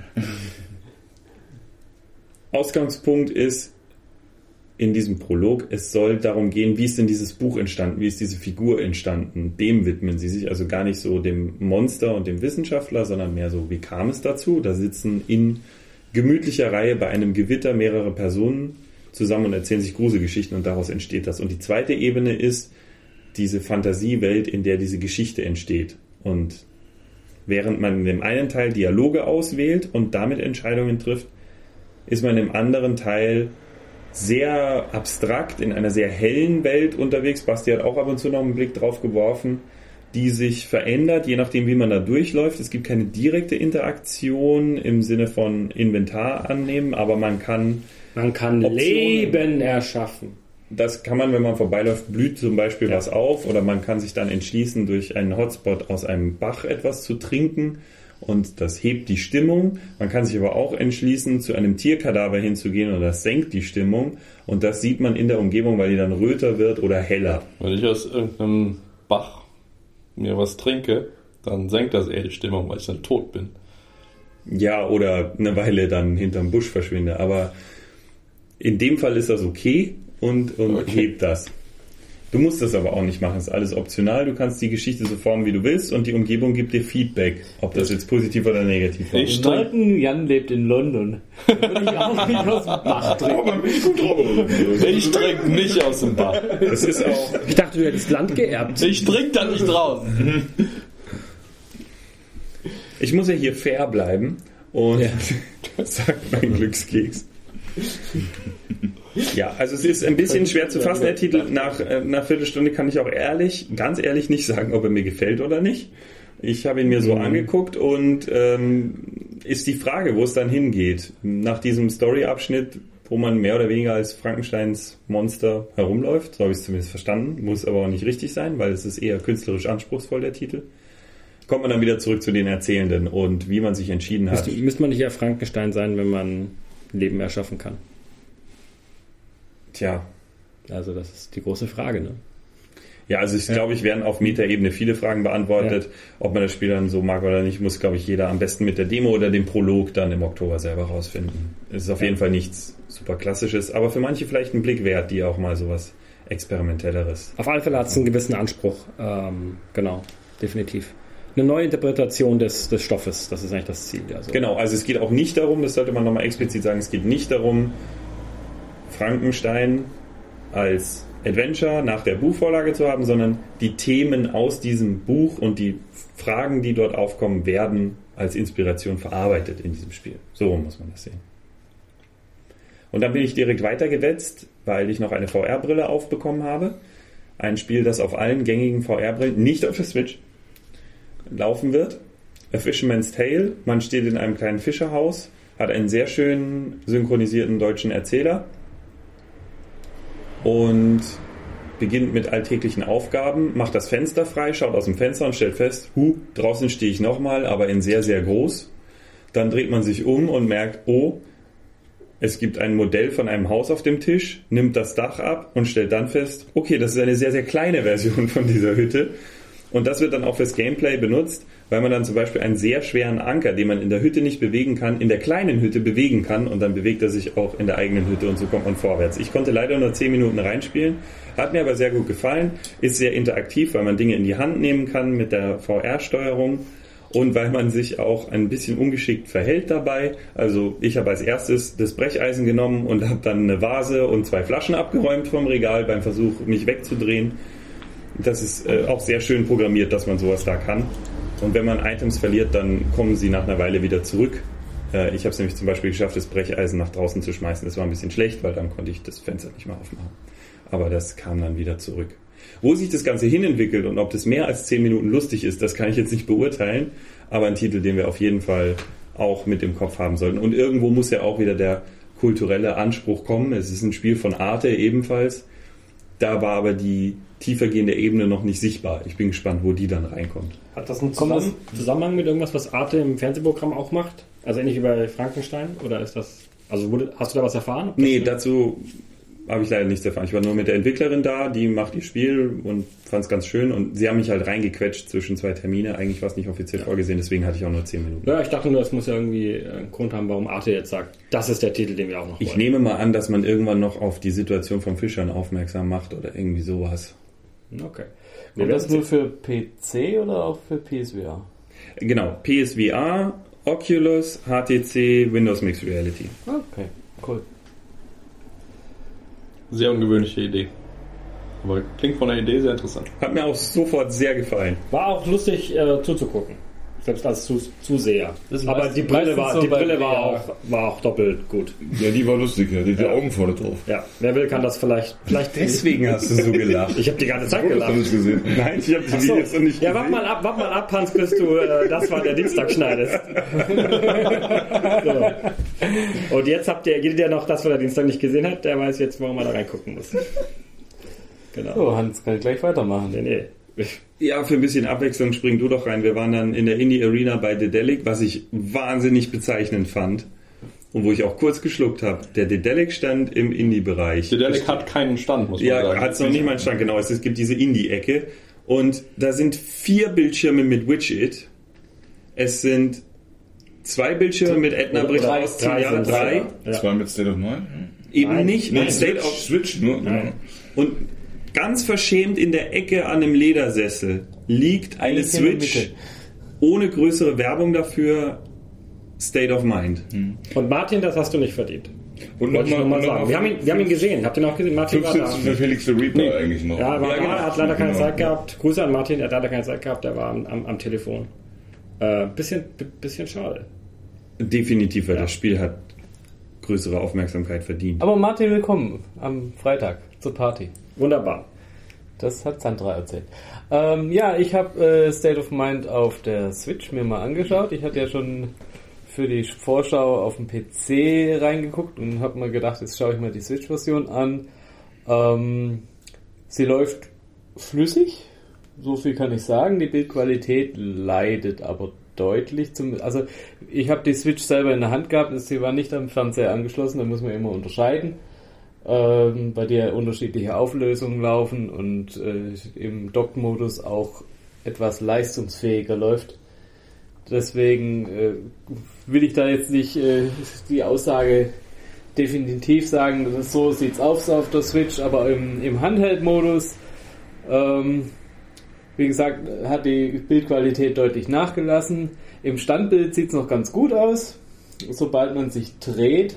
Ausgangspunkt ist in diesem Prolog, es soll darum gehen, wie ist denn dieses Buch entstanden, wie ist diese Figur entstanden, dem widmen sie sich, also gar nicht so dem Monster und dem Wissenschaftler, sondern mehr so, wie kam es dazu? Da sitzen in gemütlicher Reihe bei einem Gewitter mehrere Personen zusammen und erzählen sich Gruselgeschichten und daraus entsteht das. Und die zweite Ebene ist diese Fantasiewelt, in der diese Geschichte entsteht. Und während man in dem einen Teil Dialoge auswählt und damit Entscheidungen trifft, ist man im anderen Teil sehr abstrakt in einer sehr hellen Welt unterwegs. Basti hat auch ab und zu noch einen Blick drauf geworfen. die sich verändert, je nachdem, wie man da durchläuft. Es gibt keine direkte Interaktion im Sinne von Inventar annehmen, aber man kann...
Man kann
Optionen,
Leben erschaffen.
Das kann man, wenn man vorbeiläuft, blüht zum Beispiel
Ja.
was auf, oder man kann sich dann entschließen, durch einen Hotspot aus einem Bach etwas zu trinken und das hebt die Stimmung. Man kann sich aber auch entschließen, zu einem Tierkadaver hinzugehen und das senkt die Stimmung und das sieht man in der Umgebung, weil die dann röter wird oder heller.
Wenn ich aus irgendeinem Bach mir was trinke, dann senkt das eher die Stimmung, weil ich dann tot bin.
Ja, oder eine Weile dann hinterm Busch verschwinde, aber in dem Fall ist das okay und, und
Okay.
hebt das. Du musst das aber auch nicht machen, das ist alles optional. Du kannst die Geschichte so formen, wie du willst und die Umgebung gibt dir Feedback, ob das jetzt positiv oder negativ war.
Ich
Wir meinten, Jan lebt in London. Da würde ich auch nicht aus dem Bach trinken.
Aber bin ich gut drauf.
Ich trinke nicht aus dem Bach.
Das ist auch,
Ich dachte, du hättest Land geerbt.
Ich trinke da nicht raus.
ich muss ja hier fair bleiben und
Ja.
das sagt mein Glückskeks. Ja, also es ist ein bisschen schwer zu fassen, der Titel. Nach äh, einer Viertelstunde kann ich auch ehrlich, ganz ehrlich nicht sagen, ob er mir gefällt oder nicht. Ich habe ihn mir so angeguckt und ähm, ist die Frage, wo es dann hingeht. Nach diesem Story-Abschnitt, wo man mehr oder weniger als Frankensteins Monster herumläuft, so habe ich es zumindest verstanden, muss aber auch nicht richtig sein, weil es ist eher künstlerisch anspruchsvoll, der Titel, kommt man dann wieder zurück zu den Erzählenden und wie man sich entschieden hat.
Müsste, müsste man nicht eher Frankenstein sein, wenn man Leben erschaffen kann?
Tja,
Also das ist die große Frage, ne?
ja, also ich glaube, ich werden auf Metaebene viele Fragen beantwortet.
Ja.
Ob man das Spiel dann so mag oder nicht, muss, glaube ich, jeder am besten mit der Demo oder dem Prolog dann im Oktober selber rausfinden. Es ist auf jeden Fall nichts super Klassisches, aber für manche vielleicht ein Blick wert, die auch mal sowas Experimentelleres.
Auf alle Fälle hat es einen gewissen Anspruch. Ähm, genau, definitiv. Eine neue Interpretation des, des Stoffes, das ist eigentlich das Ziel. Also.
Genau, also es geht auch nicht darum, das sollte man nochmal explizit sagen, es geht nicht darum, Frankenstein als Adventure nach der Buchvorlage zu haben, sondern die Themen aus diesem Buch und die Fragen, die dort aufkommen, werden als Inspiration verarbeitet in diesem Spiel. So muss man das sehen. Und dann bin ich direkt weitergewetzt, weil ich noch eine V R-Brille aufbekommen habe. Ein Spiel, das auf allen gängigen V R-Brillen, nicht auf der Switch, laufen wird. A Fisherman's Tale. Man steht in einem kleinen Fischerhaus, hat einen sehr schönen synchronisierten deutschen Erzähler und beginnt mit alltäglichen Aufgaben, macht das Fenster frei, schaut aus dem Fenster und stellt fest, hu, draußen stehe ich nochmal, aber in sehr, sehr groß. Dann dreht man sich um und merkt, oh, es gibt ein Modell von einem Haus auf dem Tisch, nimmt das Dach ab und stellt dann fest, okay, das ist eine sehr, sehr kleine Version von dieser Hütte. Und das wird dann auch fürs Gameplay benutzt, weil man dann zum Beispiel einen sehr schweren Anker, den man in der Hütte nicht bewegen kann, in der kleinen Hütte bewegen kann und dann bewegt er sich auch in der eigenen Hütte und so kommt man vorwärts. Ich konnte leider nur zehn Minuten reinspielen, hat mir aber sehr gut gefallen, ist sehr interaktiv, weil man Dinge in die Hand nehmen kann mit der V R-Steuerung und weil man sich auch ein bisschen ungeschickt verhält dabei. Also ich habe als erstes das Brecheisen genommen und habe dann eine Vase und zwei Flaschen abgeräumt vom Regal beim Versuch, mich wegzudrehen. Das ist äh, auch sehr schön programmiert, dass man sowas da kann. Und wenn man Items verliert, dann kommen sie nach einer Weile wieder zurück. Äh, ich habe es nämlich zum Beispiel geschafft, das Brecheisen nach draußen zu schmeißen. Das war ein bisschen schlecht, weil dann konnte ich das Fenster nicht mehr aufmachen. Aber das kam dann wieder zurück. Wo sich das Ganze hinentwickelt und ob das mehr als zehn Minuten lustig ist, das kann ich jetzt nicht beurteilen. Aber ein Titel, den wir auf jeden Fall auch mit im Kopf haben sollten. Und irgendwo muss ja auch wieder der kulturelle Anspruch kommen. Es ist ein Spiel von Arte ebenfalls. Da war aber die tiefergehende Ebene noch nicht sichtbar. Ich bin gespannt, wo die dann reinkommt.
Hat das einen Zusammen Zusammenhang mit irgendwas, was Arte im Fernsehprogramm auch macht? Also ähnlich wie bei Frankenstein? Oder ist das... Also wurde, hast du da was erfahren? Ob das
Nee, dazu habe ich leider nichts erfahren. Ich war nur mit der Entwicklerin da, die macht ihr Spiel und fand es ganz schön. Und sie haben mich halt reingequetscht zwischen zwei Termine. Eigentlich war es nicht offiziell ja. vorgesehen, deswegen hatte ich auch nur zehn Minuten.
Ja, ich dachte nur, das muss ja irgendwie einen Grund haben, warum Arte jetzt sagt, das ist der Titel, den wir auch noch wollen.
Ich nehme mal an, dass man irgendwann noch auf die Situation von Fischern aufmerksam macht oder irgendwie sowas.
Okay.
Und das nur für P C oder auch für P S V R?
Genau, P S V R, Oculus, H T C, Windows Mixed Reality.
Okay, cool.
Sehr ungewöhnliche Idee. Aber klingt von der Idee sehr interessant.
Hat mir auch sofort sehr gefallen.
War auch lustig äh, zuzugucken. selbst als Zus- Zuseher.
Das
Aber
meist-
die Brille,
meistens
war,
so
die
bei
Brille war,
V R.
auch, war auch doppelt gut.
Ja, die war lustig, ja. Die hat die Augen vorne drauf.
Ja, wer will, kann das vielleicht. vielleicht
Deswegen hast du so gelacht.
Ich habe die ganze Zeit
Hast du
gelacht.
nicht gesehen?
Nein, ich habe die
Ach so.
Videos noch nicht
Ja,
gesehen.
warte mal ab, warte mal ab, Hans, bis du äh, das war der Dienstag schneidest. So. Und jetzt habt ihr, jeder, der noch das war der Dienstag nicht gesehen hat, der weiß jetzt, warum er da reingucken muss. Genau.
So, Hans kann gleich weitermachen.
Nee, nee.
Ja, für ein bisschen Abwechslung spring du doch rein. Wir waren dann in der Indie Arena bei Dedelic, was ich wahnsinnig bezeichnend fand und wo ich auch kurz geschluckt habe. Der Dedelic stand im Indie-Bereich.
Dedelic hat keinen Stand, muss man
Ja,
sagen.
hat es noch nicht mal einen Stand, genau. Es, es gibt diese Indie-Ecke und da sind vier Bildschirme mit Widget. Es sind zwei Bildschirme mit Edna
Oder
bricht
drei-
aus,
drei
ja,
sind
drei.
Ja.
Zwei mit State of Mind?
Eben
Nein.
nicht.
Nee,
Und State
Switch,
of
Switch nur.
Nein.
Und ganz verschämt in der Ecke an einem Ledersessel liegt eine
Eigentlich in der
Switch
Mitte.
ohne größere Werbung dafür. State of Mind.
Und Martin, das hast du nicht verdient.
Und
Wollte ich nur mal
noch
sagen. Wir haben ihn, wir haben ihn gesehen. Habt ihr noch gesehen? Martin
fünf
war da.
Sitze für Felix the Reaper
Nee.
eigentlich noch.
Ja, aber
Ja, genau.
er hat leider keine
Genau.
Zeit gehabt. Grüße an Martin, er hat leider keine Zeit gehabt, der war am, am, am Telefon. Äh, bisschen, b- bisschen schade.
Definitiv, weil
Ja.
das Spiel hat größere Aufmerksamkeit verdient.
Aber Martin, willkommen am Freitag zur Party.
Wunderbar.
Das hat Sandra erzählt. Ähm, ja, ich habe äh, State of Mind auf der Switch mir mal angeschaut. Ich hatte ja schon für die Vorschau auf dem P C reingeguckt und habe mir gedacht, jetzt schaue ich mir die Switch-Version an. Ähm, sie läuft flüssig, so viel kann ich sagen. Die Bildqualität leidet aber deutlich. Zum, also ich habe die Switch selber in der Hand gehabt, sie war nicht am Fernseher angeschlossen, da muss man immer unterscheiden. Ähm, bei der unterschiedliche Auflösungen laufen und äh, im Dock-Modus auch etwas leistungsfähiger läuft. Deswegen äh, will ich da jetzt nicht äh, die Aussage definitiv sagen, das ist so sieht's aus auf der Switch, aber im, im Handheld-Modus, ähm, wie gesagt, hat die Bildqualität deutlich nachgelassen. Im Standbild sieht's noch ganz gut aus. Sobald man sich dreht,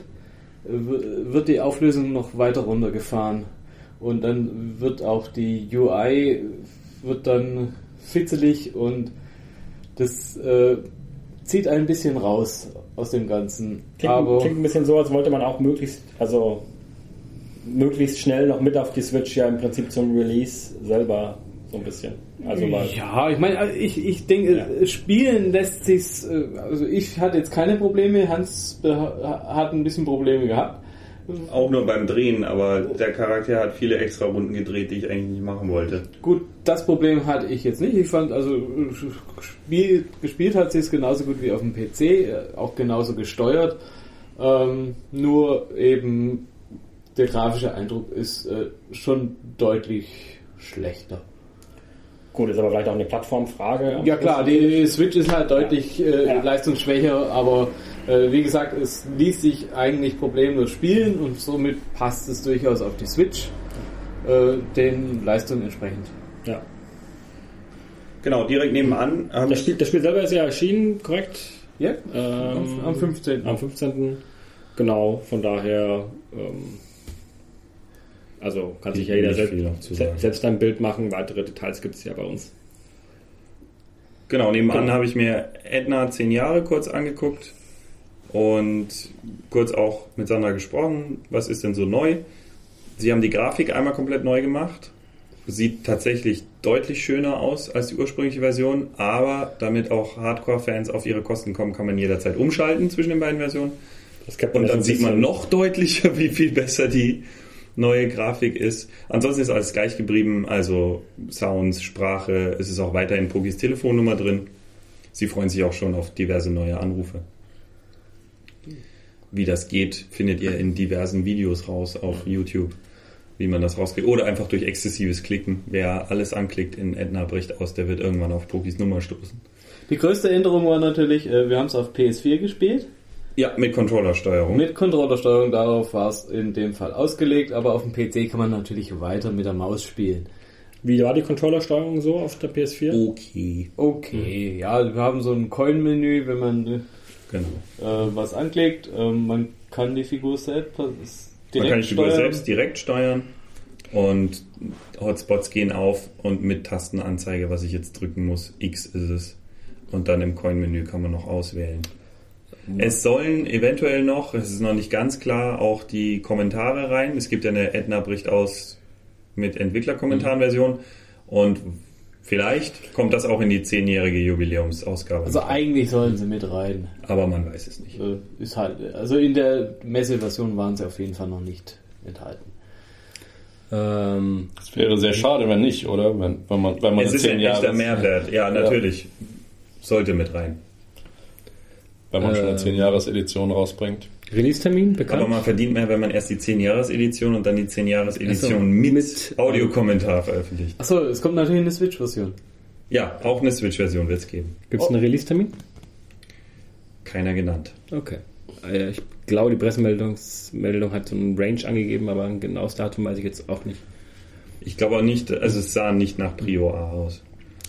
wird die Auflösung noch weiter runtergefahren und dann wird auch die U I wird dann fitzelig und das äh, zieht ein bisschen raus aus dem Ganzen.
Klingt,
Aber
klingt ein bisschen so, als wollte man auch möglichst, also möglichst schnell noch mit auf die Switch ja im Prinzip zum Release selber so ein bisschen. Also weil,
ja, ich meine, also ich, ich denke,
Ja.
spielen lässt sich's, äh, also ich hatte jetzt keine Probleme, Hans beha- hat ein bisschen Probleme gehabt.
Auch nur beim Drehen, aber der Charakter hat viele extra Runden gedreht, die ich eigentlich nicht machen wollte.
Gut, das Problem hatte ich jetzt nicht. Ich fand, also Spiel, gespielt hat sie es genauso gut wie auf dem P C, auch genauso gesteuert. Ähm, nur eben der grafische Eindruck ist äh, schon deutlich schlechter.
gut, ist aber vielleicht auch eine Plattformfrage.
Ja klar, die Switch ist halt deutlich äh,
Ja.
leistungsschwächer, aber äh, wie gesagt, es ließ sich eigentlich problemlos spielen und somit passt es durchaus auf die Switch, äh, den Leistungen entsprechend.
Ja.
Genau, direkt nebenan habe
Das
ich
Spiel, das Spiel selber ist ja erschienen, korrekt?
Ja,
Ähm,
am, am fünfzehnten
Am fünfzehnten Genau, von daher, ähm, also kann sich ja jeder
Nicht
selbst,
viel noch zu
se-
sagen.
selbst ein Bild machen. Weitere Details gibt es ja bei uns.
Genau, nebenan
Genau.
habe ich mir Edna zehn Jahre kurz angeguckt und kurz auch mit Sandra gesprochen, was ist denn so neu. Sie haben die Grafik einmal komplett neu gemacht. Sieht tatsächlich deutlich schöner aus als die ursprüngliche Version, aber damit auch Hardcore-Fans auf ihre Kosten kommen, kann man jederzeit umschalten zwischen den beiden Versionen.
Das kennt
Und
ja
dann
schon
sieht
ein
man
bisschen.
noch deutlicher, wie viel besser die neue Grafik ist. Ansonsten ist alles gleich geblieben, also Sounds, Sprache, es ist auch weiterhin Pogis Telefonnummer drin. Sie freuen sich auch schon auf diverse neue Anrufe. Wie das geht, findet ihr in diversen Videos raus auf YouTube, wie man das rauskriegt. Oder einfach durch exzessives Klicken. Wer alles anklickt in Edna bricht aus, der wird irgendwann auf Pogis Nummer stoßen.
Die größte Änderung war natürlich, äh, wir haben es auf P S vier gespielt.
Ja, mit Controllersteuerung.
Mit Controllersteuerung, darauf war es in dem Fall ausgelegt, aber auf dem P C kann man natürlich weiter mit der Maus spielen.
Wie war die Controllersteuerung so auf der P S vier?
Okay.
Okay, ja, wir haben so ein Coin-Menü, wenn man äh,
Genau.
was anklickt. Ähm, man kann die Figur selbst direkt
Man kann die Figur
steuern.
selbst direkt steuern und Hotspots gehen auf und mit Tastenanzeige, was ich jetzt drücken muss, X ist es, und dann im Coin-Menü kann man noch auswählen. Es sollen eventuell noch, es ist noch nicht ganz klar, auch die Kommentare rein. Es gibt ja eine Edna bricht aus mit Entwicklerkommentarversion und vielleicht kommt das auch in die zehnjährige Jubiläumsausgabe.
Also eigentlich sollen sie mit rein.
Aber man weiß es nicht.
Äh, Ist halt, also in der Messeversion waren sie auf jeden Fall noch nicht enthalten.
Ähm,
Das wäre sehr schade, wenn nicht, oder? Wenn, wenn man, wenn man
Es
eine
ist ein
zehn
echter
Jahres,
Mehrwert. Ja, natürlich. Sollte mit rein.
wenn man schon eine
Äh,
zehn Jahres Edition rausbringt.
Release-Termin bekannt?
Aber man verdient mehr, wenn man erst die zehn Jahres Edition und dann die zehn Jahres Edition
Ach so,
mit,
mit
Audiokommentar veröffentlicht.
Achso, es kommt natürlich eine Switch-Version.
Ja, auch eine Switch-Version wird es geben.
Gibt es einen Release-Termin?
Keiner genannt.
Okay. Äh, Ich glaube, die Pressemeldung Meldung hat so einen Range angegeben, aber ein genaues Datum weiß ich jetzt auch nicht.
Ich glaube auch nicht, also es sah nicht nach Prio A aus.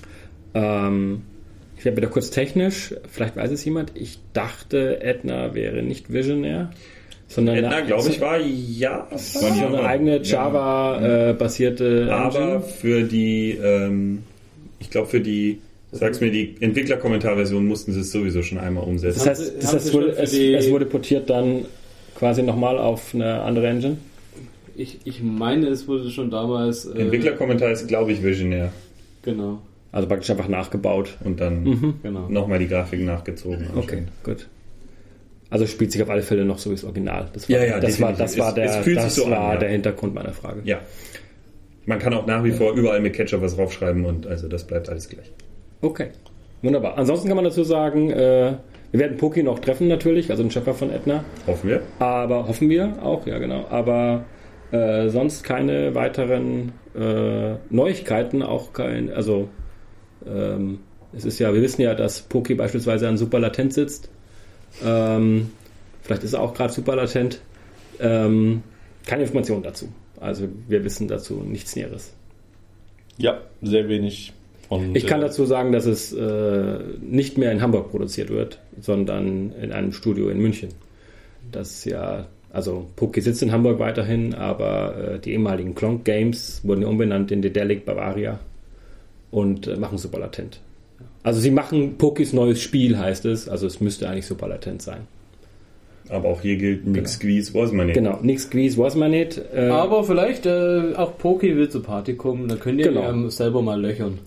Ähm, ich werde wieder kurz technisch, vielleicht weiß es jemand. Ich dachte, Edna wäre nicht Visionär, sondern
Edna,
eine,
glaube ich, war ja.
so eine eigene Java-basierte
Aber
Engine.
für die, ähm, ich glaube für die, sag's mir, die Entwicklerkommentarversion mussten sie es sowieso schon einmal umsetzen.
Das heißt, das heißt wurde, es, es wurde portiert dann quasi nochmal auf eine andere Engine.
Ich, ich meine, es wurde schon damals... Äh,
Entwicklerkommentar ist, glaube ich, Visionär.
Genau,
Also praktisch einfach nachgebaut.
Und dann
genau.
nochmal die Grafik nachgezogen.
Okay, gut. Also spielt sich auf alle Fälle noch so wie das Original. Das war,
Ja, ja,
das war,
definitiv.
das war,
Es-
der,
es fühlt sich
das
so an,
war
ja.
der Hintergrund meiner Frage.
Ja. Man kann auch nach wie vor überall mit Ketchup was draufschreiben und also das bleibt alles gleich.
Okay, wunderbar. Ansonsten kann man dazu sagen, äh, wir werden Poki noch treffen natürlich, also den Schöpfer von Edna.
Hoffen wir.
Aber hoffen wir auch, ja genau. Aber äh, sonst keine weiteren äh, Neuigkeiten, auch kein, also ähm, es ist ja, wir wissen ja, dass Poki beispielsweise an super latent sitzt. Ähm, vielleicht ist er auch gerade super latent. Ähm, keine Informationen dazu. Also wir wissen dazu nichts Näheres.
Ja, sehr wenig. Und,
Ich kann
äh,
dazu sagen, dass es äh, nicht mehr in Hamburg produziert wird, sondern in einem Studio in München. Das ist ja, also Poki sitzt in Hamburg weiterhin, aber äh, die ehemaligen Klonk Games wurden ja umbenannt in Dedelic Bavaria und äh, machen super latent. Also sie machen Pokis neues Spiel, heißt es, also es müsste eigentlich super latent sein.
Aber auch hier gilt, nix Squeeze was man nicht.
Genau, nix Squeeze was man nicht. Äh,
Aber vielleicht äh, auch Poki will zur Party kommen, dann könnt ihr
Genau.
ähm, selber mal löchern.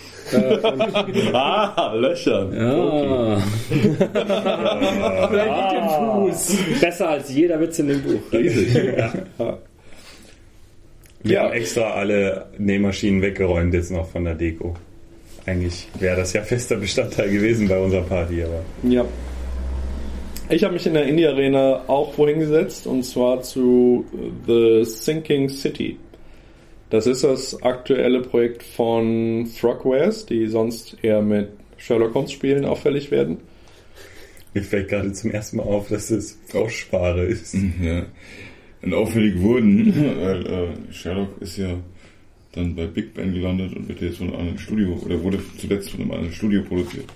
Ah, Löcher.
ja,
Vielleicht mit dem Fuß.
besser als jeder Witz in dem Buch.
Wir
Ja.
haben extra alle Nähmaschinen weggeräumt jetzt noch von der Deko. Eigentlich wäre das ja fester Bestandteil gewesen bei unserer Party, aber
Ja. Ich habe mich in der Indie Arena auch wohin gesetzt, und zwar zu The Sinking City. Das ist das aktuelle Projekt von Frogwares, die sonst eher mit Sherlock Holmes Spielen auffällig werden.
mir fällt gerade zum ersten Mal auf, dass es Froschspare ist.
Ja. Und auffällig wurden, weil äh, Sherlock ist ja dann bei Big Ben gelandet und wird jetzt von einem anderen Studio, oder wurde zuletzt von einem anderen Studio produziert.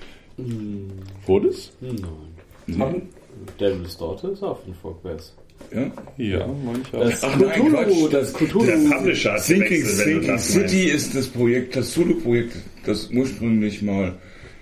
Wurde es?
Nein. Devil's Daughter ist auch von Frogwares.
Ja?
Ja, manchmal.
Das
Ach nein,
Cthulhu,
Quatsch.
das Cthulhu.
Der Publisher hat
Sinking,
gewechselt, wenn du
Sinking
das
City
meinst.
ist das Projekt, das Zulu-Projekt, das ursprünglich mal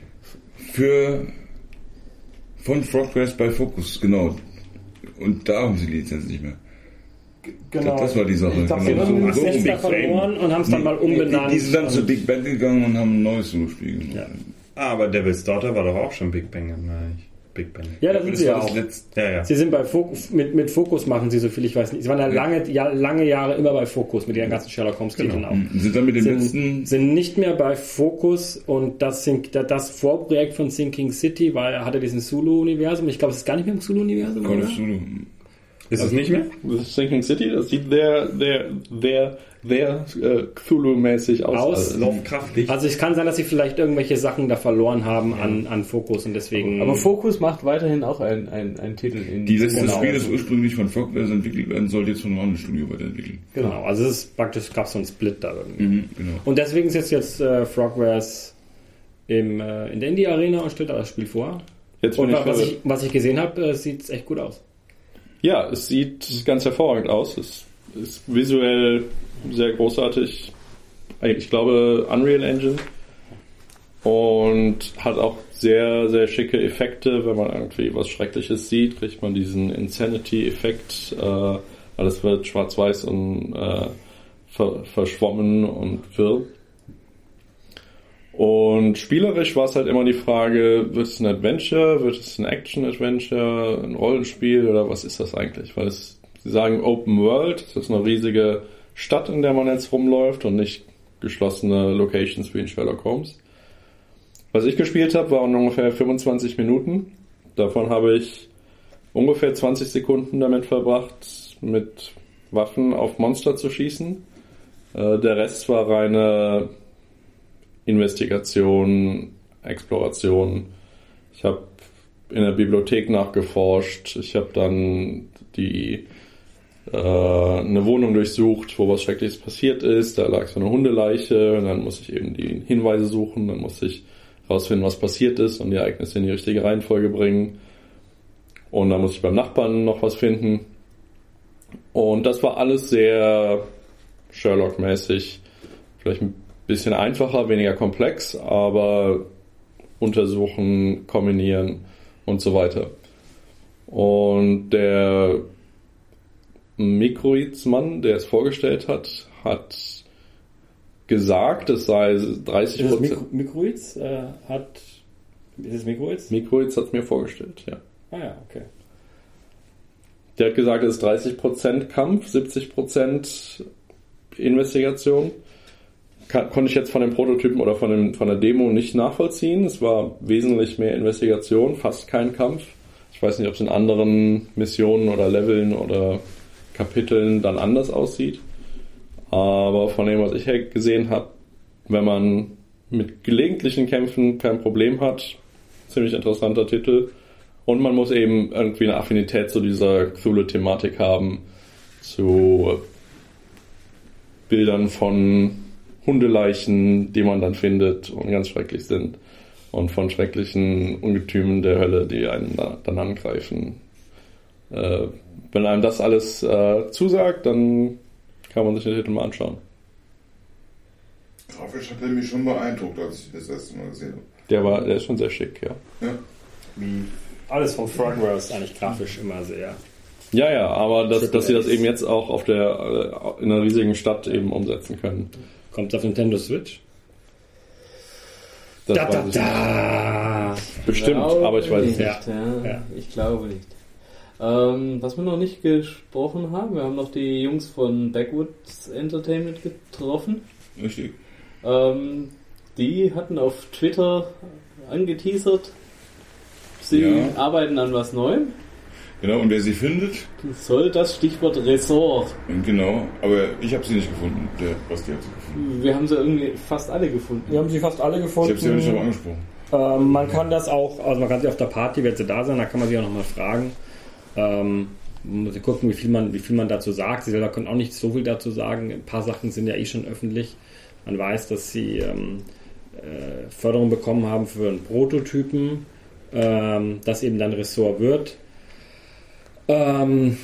für von Frogwares bei Focus, genau. Und da haben sie die Lizenz nicht mehr.
Genau.
Das war die Sache.
Ich glaube,
Genau,
sie haben
so-
das
so
Fenster
Big Bang.
verloren und haben es dann mal umbenannt.
Die, die sind dann zu Big Bang gegangen und haben ein neues Solo-Spiel gemacht.
Ja.
Ah, aber Devil's Daughter war doch auch schon Big Bang, nein, Big Bang.
Ja, das sind
Das
sie ja
war das
auch.
letzte.
Ja, ja.
Sie sind bei Fokus, mit, mit Fokus machen sie, so viel ich weiß nicht. Sie waren ja lange, ja, lange Jahre immer bei Fokus mit ihren ganzen Sherlock Holmes Titeln
Genau.
auch.
Und sind dann mit dem
Sind,
letzten.
sind nicht mehr bei Fokus und das, Sink- das Vorprojekt von Sinking City war, er hatte diesen Zulu-Universum. Ich glaube, es ist gar nicht mehr im Zulu-Universum,
Call
oder?
of Zulu.
Ist es nicht mehr?
The Sinking City, das sieht sehr, sehr, sehr, sehr äh, Cthulhu-mäßig aus.
Aus.
Also,
Lovecraftig.
Also es kann sein, dass sie vielleicht irgendwelche Sachen da verloren haben an, an Fokus und deswegen...
Aber Focus macht weiterhin auch ein, ein, ein Titel in
Die letzte
Genau.
Spiel, das ursprünglich von Frogwares entwickelt werden sollte, jetzt von einem anderen Studio weiterentwickelt.
Genau, also es ist praktisch, gab so einen Split da irgendwie.
Mhm, genau.
Und deswegen sitzt jetzt äh, Frogwares im, äh, in der Indie-Arena und stellt da das Spiel vor.
jetzt
Und
bin ich
was
verwirrt.
ich, was ich gesehen habe, äh, sieht es echt gut aus.
Ja, es sieht ganz hervorragend aus. Es ist visuell sehr großartig. Ich glaube Unreal Engine. und hat auch sehr, sehr schicke Effekte. Wenn man irgendwie was Schreckliches sieht, kriegt man diesen Insanity-Effekt. Äh, alles wird schwarz-weiß und äh, ver- verschwommen und wirr. Und spielerisch war es halt immer die Frage, wird es ein Adventure, wird es ein Action-Adventure, ein Rollenspiel oder was ist das eigentlich? Weil es, sie sagen Open World, das ist eine riesige Stadt, in der man jetzt rumläuft und nicht geschlossene Locations wie in Sherlock Holmes. Was ich gespielt habe, waren ungefähr fünfundzwanzig Minuten. Davon habe ich ungefähr zwanzig Sekunden damit verbracht, mit Waffen auf Monster zu schießen. Äh, der Rest war reine Investigation, Exploration. Ich habe in der Bibliothek nachgeforscht. Ich habe dann die äh, eine Wohnung durchsucht, wo was Schreckliches passiert ist. Da lag so eine Hundeleiche und dann muss ich eben die Hinweise suchen. Dann muss ich rausfinden, was passiert ist und die Ereignisse in die richtige Reihenfolge bringen. Und dann muss ich beim Nachbarn noch was finden. Und das war alles sehr Sherlock-mäßig. Vielleicht ein bisschen einfacher, weniger komplex, aber untersuchen, kombinieren und so weiter. Und der Mikroids-Mann, der es vorgestellt hat, hat gesagt, es sei dreißig Prozent.
Mikro, Mikroids äh, hat... Ist es Mikroids?
Mikroids hat es mir vorgestellt, ja.
Ah ja, okay.
Der hat gesagt, es ist dreißig Prozent Kampf, siebzig Prozent Investigation. Kann, konnte ich jetzt von dem Prototypen oder von, dem, von der Demo nicht nachvollziehen. Es war wesentlich mehr Investigation, fast kein Kampf. Ich weiß nicht, ob es in anderen Missionen oder Leveln oder Kapiteln dann anders aussieht. Aber von dem, was ich gesehen habe, wenn man mit gelegentlichen Kämpfen kein Problem hat, ziemlich interessanter Titel. Und man muss eben irgendwie eine Affinität zu dieser Cthulhu-Thematik haben, zu Bildern von Hundeleichen, die man dann findet und ganz schrecklich sind. Und von schrecklichen Ungetümen der Hölle, die einen da, dann angreifen. Äh, wenn einem das alles äh, zusagt, dann kann man sich den Titel mal anschauen.
Grafisch hat er mich schon beeindruckt, als ich das erste Mal gesehen habe.
Der war, der ist schon sehr schick, ja.
Ja.
Wie alles von Frogware ist eigentlich grafisch immer sehr...
Ja, ja, aber dass, dass sie das eben jetzt auch auf der, in einer riesigen Stadt eben umsetzen können.
Kommt auf Nintendo Switch?
Das
Da, da,
weiß ich
da.
nicht. Bestimmt, aber ich weiß es nicht.
nicht. Ja.
Ja.
Ich glaube nicht. Ähm, was wir noch nicht gesprochen haben, wir haben noch die Jungs von Backwoods Entertainment getroffen.
Richtig.
Ähm, die hatten auf Twitter angeteasert, sie
Ja.
arbeiten an was Neuem.
Genau, und wer sie findet,
Soll das Stichwort Ressort.
genau, aber ich habe sie nicht gefunden. Der Basti hat sie gefunden.
Wir haben sie irgendwie fast alle gefunden.
Wir haben sie fast alle
Ich
gefunden.
habe sie ja nicht nochmal angesprochen.
Ähm, man kann das auch, also man kann sie auf der Party, wird sie da sein, da kann man sie auch nochmal fragen. Ähm, man muss gucken, wie viel man, wie viel man dazu sagt. Sie selber können auch nicht so viel dazu sagen. Ein paar Sachen sind ja eh schon öffentlich. Man weiß, dass sie ähm, äh, Förderung bekommen haben für einen Prototypen, ähm, das eben dann Ressort wird. Ähm,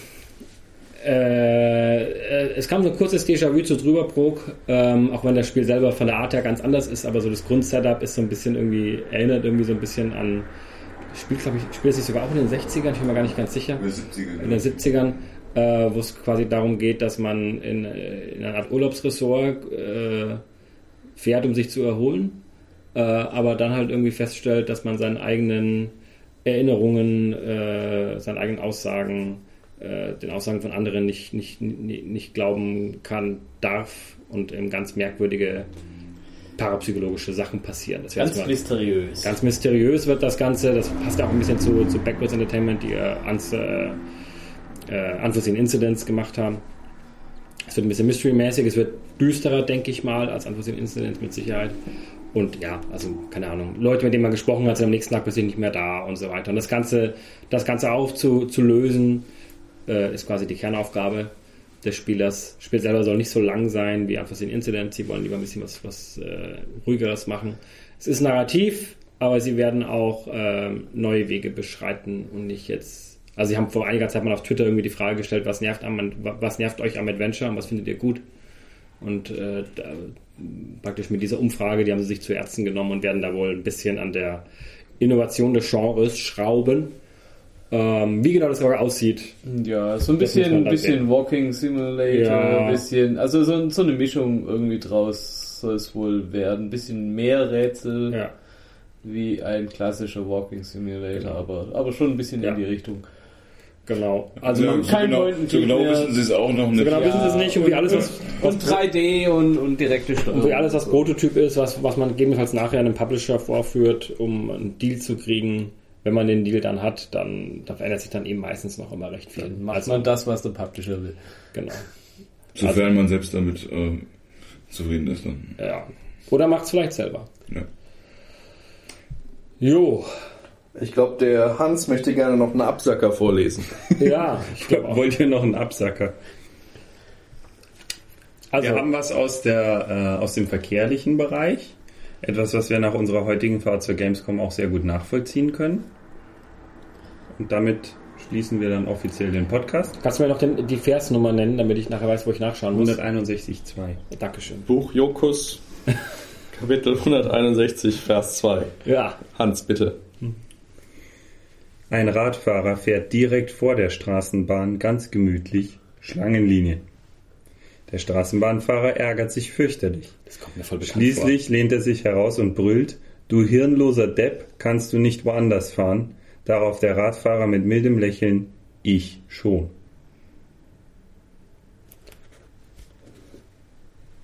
äh, äh, es kam so ein kurzes Déjà-vu zu Drüberbrook, ähm, auch wenn das Spiel selber von der Art her ganz anders ist, aber so das Grundsetup ist so ein bisschen irgendwie, erinnert irgendwie so ein bisschen an, das Spiel, glaube ich, spielt sich sogar auch in den sechzigern, ich bin mir gar nicht ganz sicher.
In den siebzigern.
In den siebzigern, äh, wo es quasi darum geht, dass man in, in eine Art Urlaubsressort äh, fährt, um sich zu erholen, äh, aber dann halt irgendwie feststellt, dass man seinen eigenen Erinnerungen, äh, seinen eigenen Aussagen, äh, den Aussagen von anderen nicht, nicht, nicht, nicht glauben kann, darf und eben ganz merkwürdige parapsychologische Sachen passieren. Das
Ganz
mal,
mysteriös.
Ganz mysteriös wird das Ganze. Das passt auch ein bisschen zu, zu Backwoods Entertainment, die äh, ans, äh, äh, Unforeseen Incidents gemacht haben. Es wird ein bisschen Mystery-mäßig, es wird düsterer, denke ich mal, als Unforeseen Incidents mit Sicherheit. Und ja, also keine Ahnung, Leute, mit denen man gesprochen hat, sind am nächsten Tag plötzlich nicht mehr da und so weiter. Und das Ganze, das Ganze aufzulösen, äh, ist quasi die Kernaufgabe des Spielers. Das Spiel selber soll nicht so lang sein wie Unforeseen Incidents. Sie wollen lieber ein bisschen was, was äh, ruhigeres machen. Es ist narrativ, aber sie werden auch äh, neue Wege beschreiten und nicht jetzt. Also sie haben vor einiger Zeit mal auf Twitter irgendwie die Frage gestellt, was nervt, am, was nervt euch am Adventure und was findet ihr gut? Und äh, da, praktisch mit dieser Umfrage, die haben sie sich zu Herzen genommen und werden da wohl ein bisschen an der Innovation des Genres schrauben. Ähm, wie genau das aber aussieht.
Ja, so ein bisschen, ein bisschen Walking Simulator,
ja.
ein bisschen, also so, so eine Mischung irgendwie draus soll es wohl werden. Ein bisschen mehr Rätsel
ja.
wie ein klassischer Walking Simulator,
Genau.
aber, aber schon ein bisschen
ja.
in die Richtung.
Genau. Also
ja,
man
so
kein
genau,
Point
so genau
mehr.
wissen sie es auch noch nicht.
So genau
Ja,
wissen sie es nicht und wie alles, was, was
Und drei D und, und direkte Steuerung.
Und wie alles, was Prototyp ist, was, was man gegebenenfalls nachher einem Publisher vorführt, um einen Deal zu kriegen. Wenn man den Deal dann hat, dann da verändert sich dann eben meistens noch immer recht viel.
Dann macht
also,
man das, was der Publisher will.
Genau.
Sofern
also,
man selbst damit äh, zufrieden ist. Dann.
Ja. Oder macht es vielleicht selber.
Ja.
Jo.
Ich glaube, der Hans möchte gerne noch einen Absacker vorlesen.
Ja, ich glaube auch.
Wollt ihr noch einen Absacker?
Also,
Wir haben was aus, der, äh, aus dem verkehrlichen Bereich. Etwas, was wir nach unserer heutigen Fahrt zur Gamescom auch sehr gut nachvollziehen können. Und damit schließen wir dann offiziell den Podcast.
kannst du mir noch den, die Versnummer nennen, damit ich nachher weiß, wo ich nachschauen muss?
hunderteinundsechzig Komma zwei.
Dankeschön.
Buch Jokus, Kapitel hunderteinundsechzig, Vers zwei.
Ja.
Hans, bitte.
Ein Radfahrer fährt direkt vor der Straßenbahn ganz gemütlich Schlangenlinie. Der Straßenbahnfahrer ärgert sich fürchterlich.
Das kommt mir voll bekannt
Schließlich lehnt er sich heraus und brüllt: Du hirnloser Depp, kannst du nicht woanders fahren? Darauf der Radfahrer mit mildem Lächeln: Ich schon.